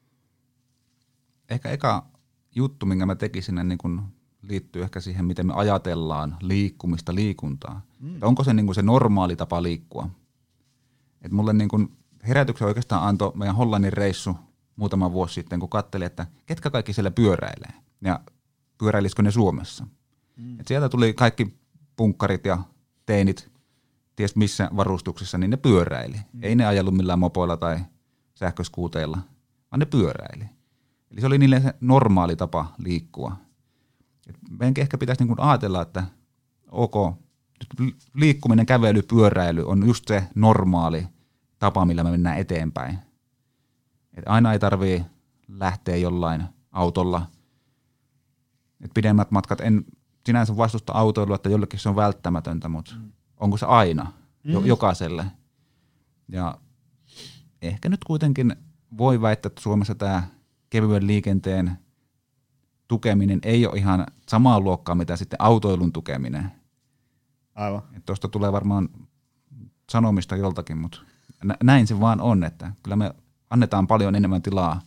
Ehkä eka juttu, minkä mä tekisin, niin kun liittyy ehkä siihen, miten me ajatellaan liikkumista, liikuntaa. Mm. Onko se niin kun se normaali tapa liikkua? Et mulle niin kun herätyksen oikeastaan antoi meidän Hollannin reissu muutama vuosi sitten, kun katselin, että ketkä kaikki siellä pyöräilee ja pyöräilisikö ne Suomessa. Mm. Et sieltä tuli kaikki punkkarit ja teinit, ties missä varustuksessa, niin ne pyöräili. Mm. Ei ne ajellut millään mopoilla tai sähköskuuteilla, vaan ne pyöräili. Eli se oli niille se normaali tapa liikkua. Et meidänkin ehkä pitäisi niin kuin ajatella, että ok, liikkuminen, kävely, pyöräily on just se normaali tapa, millä me mennään eteenpäin. Et aina ei tarvitse lähteä jollain autolla. Et pidemmät matkat, en sinänsä vastusta autoilua, että jollekin se on välttämätöntä, mutta mm. onko se aina mm. jokaiselle? Ja ehkä nyt kuitenkin voi väittää, että Suomessa tämä kevyen liikenteen tukeminen ei ole ihan samaa luokkaa, mitä sitten autoilun tukeminen. Aivan. Tuosta tulee varmaan sanomista joltakin, mutta näin se vaan on, että kyllä me annetaan paljon enemmän tilaa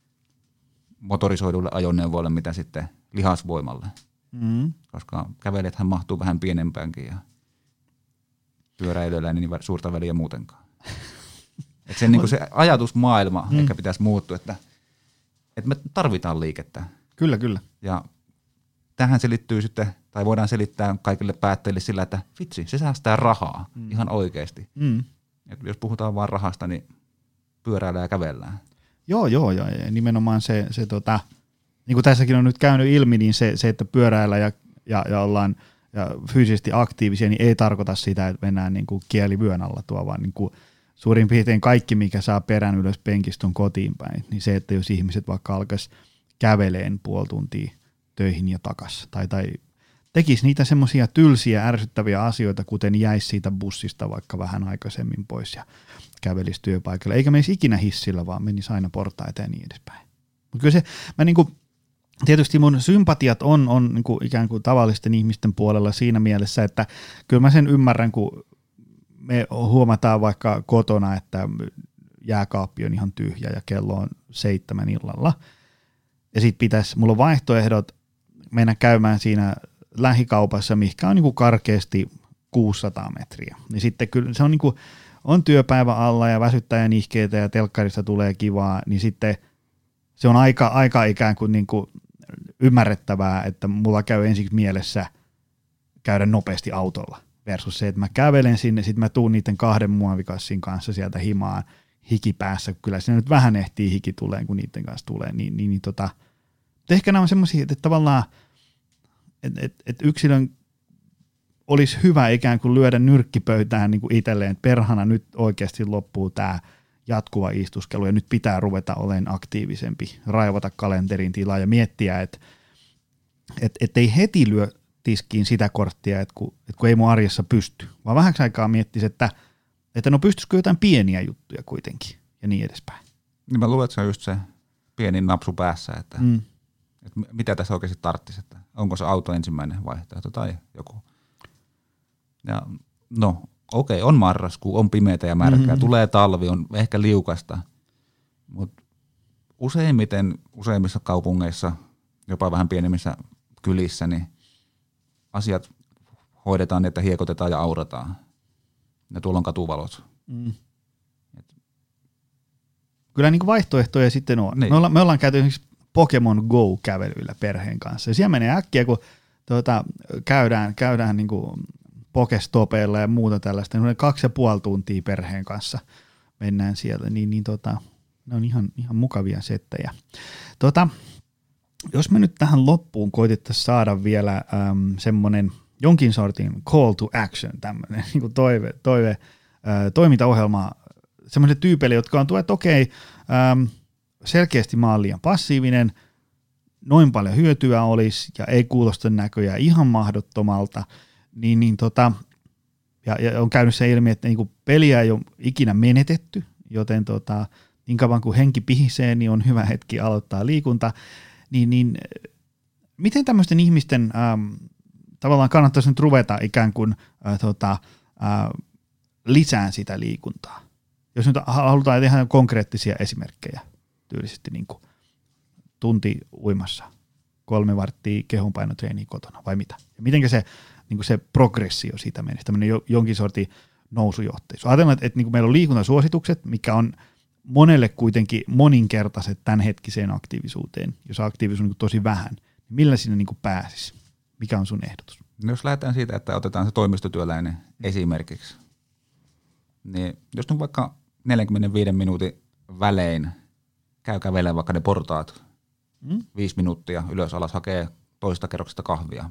motorisoidulle ajoneuvoille, mitä sitten lihasvoimalle. Mm. Koska kävelijäthän mahtuu vähän pienempäänkin ja pyöräilijöillä ei niin suurta väliä muutenkaan. Et sen, niin se ajatusmaailma mm. ehkä pitäisi muuttua, että, että me tarvitaan liikettä. Kyllä, kyllä. Ja tähän selittyy sitten, tai voidaan selittää kaikille päättäjille sillä, että vitsi, se säästää rahaa mm. ihan oikeasti. Mm. Et jos puhutaan vaan rahasta, niin pyöräillään ja kävellään. Joo, joo, joo. Ja nimenomaan se, se tota, niin kuin tässäkin on nyt käynyt ilmi, niin se, se että pyöräillä ja, ja, ja ollaan ja fyysisesti aktiivisia, niin ei tarkoita sitä, että mennään niin kuin kieli vyön alla tuo, vaan niin kuin suurin piirtein kaikki, mikä saa perän ylös penkistä on kotiin päin. Niin se, että jos ihmiset vaikka alkaisi käveleen puoli tuntia töihin ja takas, tai, tai tekisi niitä semmoisia tylsiä, ärsyttäviä asioita, kuten jäisi siitä bussista vaikka vähän aikaisemmin pois ja kävelisi työpaikalle, eikä menisi ikinä hissillä, vaan menisi aina portaita ja niin edespäin. Mutta kyllä se, mä niinku, tietysti mun sympatiat on, on niinku ikään kuin tavallisten ihmisten puolella siinä mielessä, että kyllä mä sen ymmärrän, kun me huomataan vaikka kotona, että jääkaappi on ihan tyhjä ja kello on seitsemän illalla, ja sitten pitäisi, mulla on vaihtoehdot mennä käymään siinä lähikaupassa, mikä on niinku karkeasti kuusisataa metriä, niin sitten kyllä se on niinku, on työpäivä alla ja väsyttää ja nihkeitä ja telkkarista tulee kivaa, niin sitten se on aika, aika ikään kuin, niin kuin ymmärrettävää, että mulla käy ensiksi mielessä käydä nopeasti autolla versus se, että mä kävelen sinne, sitten mä tuun niiden kahden muovikassin kanssa sieltä himaan hiki päässä, kyllä siinä nyt vähän ehtii hiki tuleen, kun niiden kanssa tulee, niin, niin, niin tota, ehkä nämä on semmoisia, että tavallaan, että et, et yksilön olisi hyvä ikään kuin lyödä nyrkkipöytään niin kuin itselleen, että perhana nyt oikeasti loppuu tämä jatkuva istuskelu ja nyt pitää ruveta olemaan aktiivisempi, raivata kalenterin tilaa ja miettiä, että et, et ei heti lyö tiskiin sitä korttia, että kun, et kun ei mun arjessa pysty, vaan vähäksi aikaa miettisi, että, että no pystyisikö jotain pieniä juttuja kuitenkin ja niin edespäin. Niin mä luulen, että se on just se pienin napsu päässä, että, mm. että mitä tässä oikeasti tarvitsisi, että onko se auto ensimmäinen vaihtoehto tai joku. Ja no okei, okay, on marraskuu, on pimeätä ja märkää, mm-hmm. tulee talvi, on ehkä liukasta, mutta useimmiten, useimmissa kaupungeissa, jopa vähän pienemmissä kylissä, niin asiat hoidetaan niin, että hiekotetaan ja aurataan. Ja tuolla on katuvalot. Mm. Kyllä niin kuin vaihtoehtoja sitten on. Niin. Me, ollaan, me ollaan käyty esimerkiksi Pokemon Go-kävelyillä perheen kanssa. Ja siellä menee äkkiä, kun tuota, käydään, käydään niin kuin pokestopeilla ja muuta tällaista, niin kaksi ja puoli tuntia perheen kanssa mennään siellä, niin, niin tota, ne on ihan, ihan mukavia settejä. Tota, jos me nyt tähän loppuun koitettaisiin saada vielä äm, semmoinen jonkin sortin call to action, tämmöinen niin kuin toive, toive ä, toimintaohjelma semmoisille tyypeille, jotka on tuo, että okei, äm, selkeästi mä oon liian passiivinen, noin paljon hyötyä olisi ja ei kuulosta näköjään ihan mahdottomalta, niin, niin tota, ja, ja on käynyt se ilmi, että niinku peliä ei ole ikinä menetetty, joten tota, niin kauan kuin henki pihisee, niin on hyvä hetki aloittaa liikunta, niin, niin miten tämmöisten ihmisten ähm, tavallaan kannattaisi nyt ruveta ikään kuin äh, tota, äh, lisään sitä liikuntaa? Jos nyt halutaan tehdä konkreettisia esimerkkejä tyylisesti niin kuin tunti uimassa, kolme varttia kehonpainotreeniä kotona vai mitä? Ja mitenkä se niin kuin se progressio siitä menisi, tämmöinen jonkin sortin nousujohteisuus. Ajatellaan, että, että niin kuin meillä on liikuntasuositukset, mikä on monelle kuitenkin moninkertaiset tämänhetkiseen aktiivisuuteen. Jos aktiivisuus on niin kuin tosi vähän, niin millä sinne niin kuin pääsisi? Mikä on sun ehdotus? No jos lähdetään siitä, että otetaan se toimistotyöläinen mm. esimerkiksi, niin jos nyt vaikka neljänkymmenenviiden minuutin välein käy kävelemään vaikka ne portaat mm. viisi minuuttia ylös alas, hakee toista kerroksesta kahvia,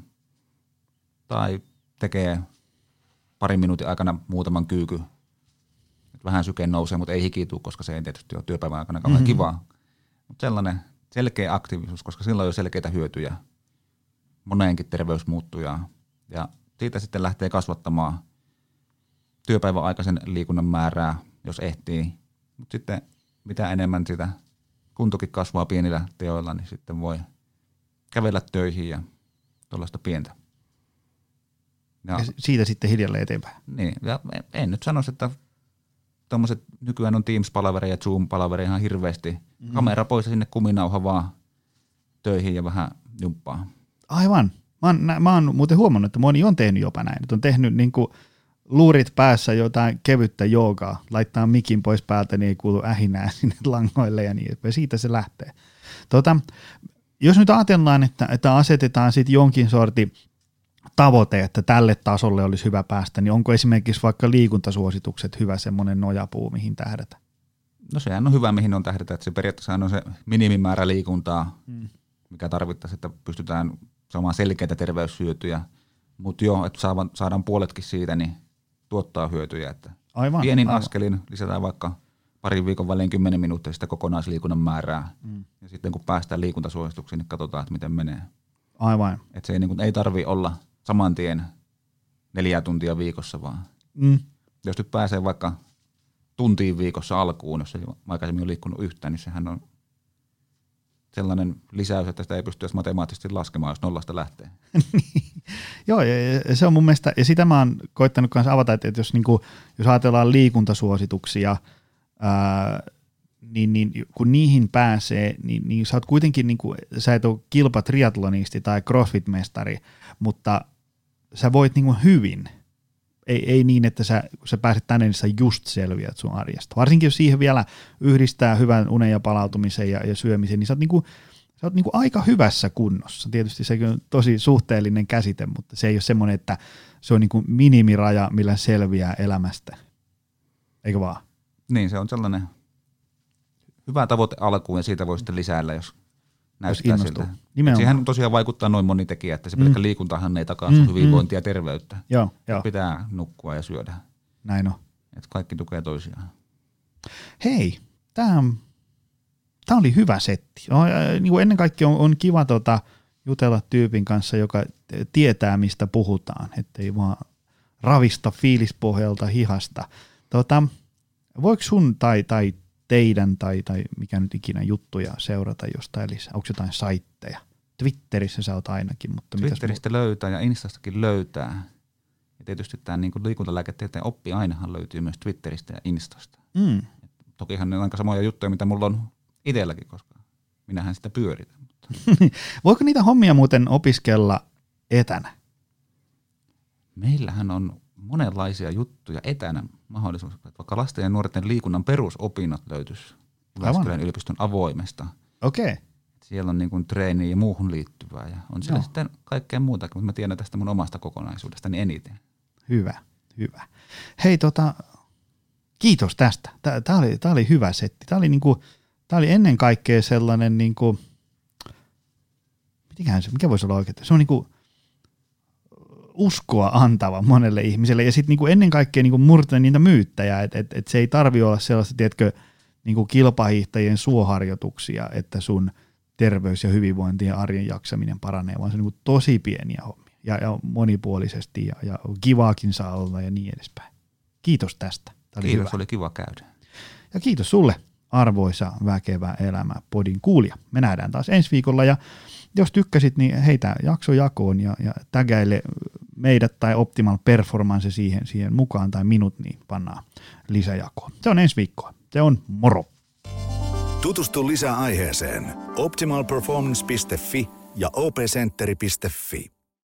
tai tekee parin minuutin aikana muutaman kyyky. Vähän syke nousee, mutta ei hikitu, koska se ei tietysti ole työpäivän aikana kauhean mm-hmm. kivaa. Mutta sellainen selkeä aktiivisuus, koska sillä on jo selkeitä hyötyjä. Moneenkin terveys muuttuu ja, ja siitä sitten lähtee kasvattamaan työpäivän aikaisen liikunnan määrää, jos ehtii. Mutta sitten mitä enemmän sitä kuntokin kasvaa pienillä teoilla, niin sitten voi kävellä töihin ja tuollaista pientä. Ja, ja siitä sitten hiljalleen eteenpäin. Niin, ja en nyt sanoisi, että tommoset, nykyään on Teams-palavereja ja Zoom-palavereja ihan hirveästi. Mm. Kamera pois ja sinne kuminauha vaan töihin ja vähän jumppaa. Aivan. Mä oon, mä oon muuten huomannut, että moni on tehnyt jopa näin. Että on tehnyt niinku luurit päässä jotain kevyttä joogaa, laittaa mikin pois päältä, niin ei kuulu ähinää sinne langoille ja niin edespäin. Siitä se lähtee. Tota, jos nyt ajatellaan, että, että asetetaan sitten jonkin sorti tavoite, että tälle tasolle olisi hyvä päästä, niin onko esimerkiksi vaikka liikuntasuositukset hyvä semmoinen nojapuu, mihin tähdätä? No sehän on hyvä, mihin on tähdätä, että se periaatteessa on se minimimäärä liikuntaa, mm. mikä tarvittaisiin, että pystytään saamaan selkeitä terveyshyötyjä, mutta joo, että saadaan puoletkin siitä, niin tuottaa hyötyjä, että aivan, pienin aivan. askelin lisätään vaikka parin viikon välein kymmenen minuuttia sitä kokonaisliikunnan määrää, mm. ja sitten kun päästään liikuntasuosituksiin, niin katsotaan, että miten menee. Aivan. Että se ei, niin ei tarvitse olla saman tien neljä tuntia viikossa, vaan mm. jos nyt pääsee vaikka tuntiin viikossa alkuun, jos ei aikaisemmin ole liikkunut yhtään, niin sehän on sellainen lisäys, että sitä ei pysty edes matemaattisesti laskemaan, jos nollasta lähtee. Joo, ja se on mun mielestä, ja sitä mä oon koittanut kanssa avata, että jos, niin kuin, jos ajatellaan liikuntasuosituksia, ää, niin, niin kun niihin pääsee, niin, niin sä oot kuitenkin, niin kuin, sä et ole kilpatriatlonisti tai crossfit-mestari, mutta sä voit niin kuin hyvin. Ei, ei niin, että sä, kun sä pääset tänne, niin sä just selviät sun arjesta. Varsinkin jos siihen vielä yhdistää hyvän unen ja palautumisen ja, ja syömisen, niin sä oot, niinku, sä oot niinku aika hyvässä kunnossa. Tietysti se on tosi suhteellinen käsite, mutta se ei ole semmoinen, että se on niinku minimiraja, millä selviää elämästä. Eikö vaan? Niin, se on sellainen hyvä tavoite alkuun ja siitä voi sitten lisäillä, jos näyttää siltä. Siihen tosiaan vaikuttaa noin moni tekijä, että se pelkkä mm. liikuntahan ei takaa sun mm, hyvinvointia ja terveyttä. Joo, jo. Pitää nukkua ja syödä. Näin on. Että kaikki tukee toisiaan. Hei, tämä oli hyvä setti. O, niin kuin ennen kaikkea on, on kiva tota, jutella tyypin kanssa, joka tietää, mistä puhutaan, ettei vaan ravista fiilispohjalta hihasta. Tota, voiko sun tai, tai teidän tai, tai mikä nyt ikinä juttuja seurata jostain lisää? Onko jotain saitteja? Twitterissä sä oot ainakin. Mutta Twitteristä mitäs löytää ja Instastakin löytää. Ja tietysti tämä niin liikuntalääketieteen oppi ainahan löytyy myös Twitteristä ja Instasta. Mm. Tokihan ne on aika samoja juttuja, mitä mulla on itselläkin, koska minähän sitä pyöritän. Mutta. Voiko niitä hommia muuten opiskella etänä? Meillähän on monenlaisia juttuja etänä mahdollisuus, että vaikka lasten ja nuorten liikunnan perusopinnot löytyisi Jyväskylän yliopiston avoimesta. Okei. Okay. Siellä on niin kuin treeniin ja muuhun liittyvää ja on siellä no. sitten kaikkea muutakin, mutta mä tiedän tästä mun omasta kokonaisuudestani eniten. Hyvä, hyvä. Hei tota, kiitos tästä. Tämä oli, tää oli hyvä setti. Tämä oli, niinku, tää oli ennen kaikkea sellainen, niinku, mitenköhän se, mikä voisi olla oikein, se on niinku uskoa antava monelle ihmiselle ja sitten niinku ennen kaikkea niinku murtaa niitä myyttäjä, että et, et se ei tarvitse olla sellaista, tiedätkö, niinku kilpahiihtäjien suoharjoituksia, että sun terveys ja hyvinvointi ja arjen jaksaminen paranee, vaan se on niinku tosi pieniä hommia ja, ja monipuolisesti ja, ja kivaakin saa olla ja niin edespäin. Kiitos tästä. Oli kiitos, hyvä. Oli kiva käydä. Ja kiitos sulle, arvoisa Väkevä elämä podin kuulija. Me nähdään taas ensi viikolla ja jos tykkäsit, niin heitä jakso jakoon ja, ja tägäile meidät tai Optimal Performance siihen, siihen mukaan tai minut, niin pannaan lisäjakoon. Se on ensi viikkoa. Se on moro. Tutustu lisää aiheeseen optimal performance piste fi ja o p centeri piste fi.